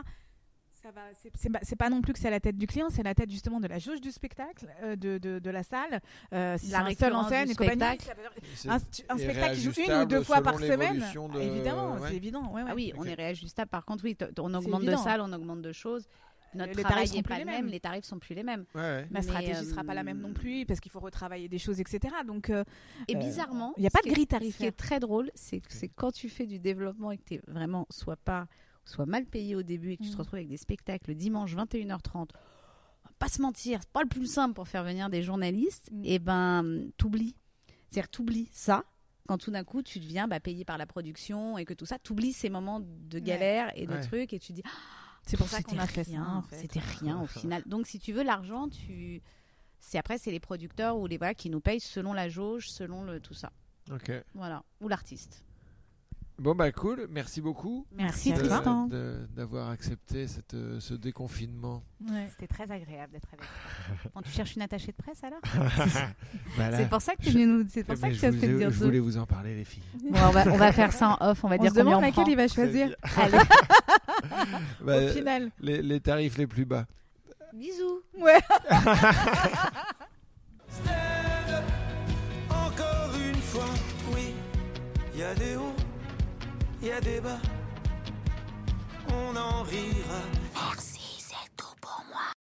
C'est pas non plus que c'est à la tête du client, c'est à la tête justement de la jauge du spectacle, de la salle, si la seule en scène, un spectacle qui joue 1 ou 2 fois par semaine. Évidemment, c'est évident. Ouais. Ah oui, on est réajustable. Par contre, oui, on augmente de salles, on augmente de choses. Notre travail n'est pas le même, les tarifs sont plus les mêmes. Ma stratégie sera pas la même non plus parce qu'il faut retravailler des choses, etc. Donc, et bizarrement, il n'y a pas de grille tarifaire. Ce qui est très drôle, c'est quand tu fais du développement et que tu es vraiment soit mal payé au début et que tu te retrouves avec des spectacles dimanche 21h30. On va pas se mentir, c'est pas le plus simple pour faire venir des journalistes. Et t'oublies. C'est-à-dire t'oublies ça. Quand tout d'un coup tu deviens payé par la production et que tout ça, t'oublies ces moments de galère et de trucs et tu dis. C'est pour ça qu'on a fait ça. En fait. C'était rien au final. Donc, si tu veux l'argent, c'est les producteurs ou qui nous payent selon la jauge, selon tout ça. Ok. Voilà. Ou l'artiste. Bon, cool. Merci beaucoup. Merci Tristan d'avoir accepté ce déconfinement. Ouais. C'était très agréable d'être avec toi. Bon, tu cherches une attachée de presse alors C'est pour ça que tu es venu nous. C'est pour ça que tu as fait dire. Je voulais vous en parler, les filles. Bon, on va faire ça en off. On va dire combien on prend. Laquelle il va choisir. Allez. Au final. Les tarifs les plus bas. Bisous. Ouais. Encore une fois, oui, il y a des hauts, il y a des bas, on en rira. Merci.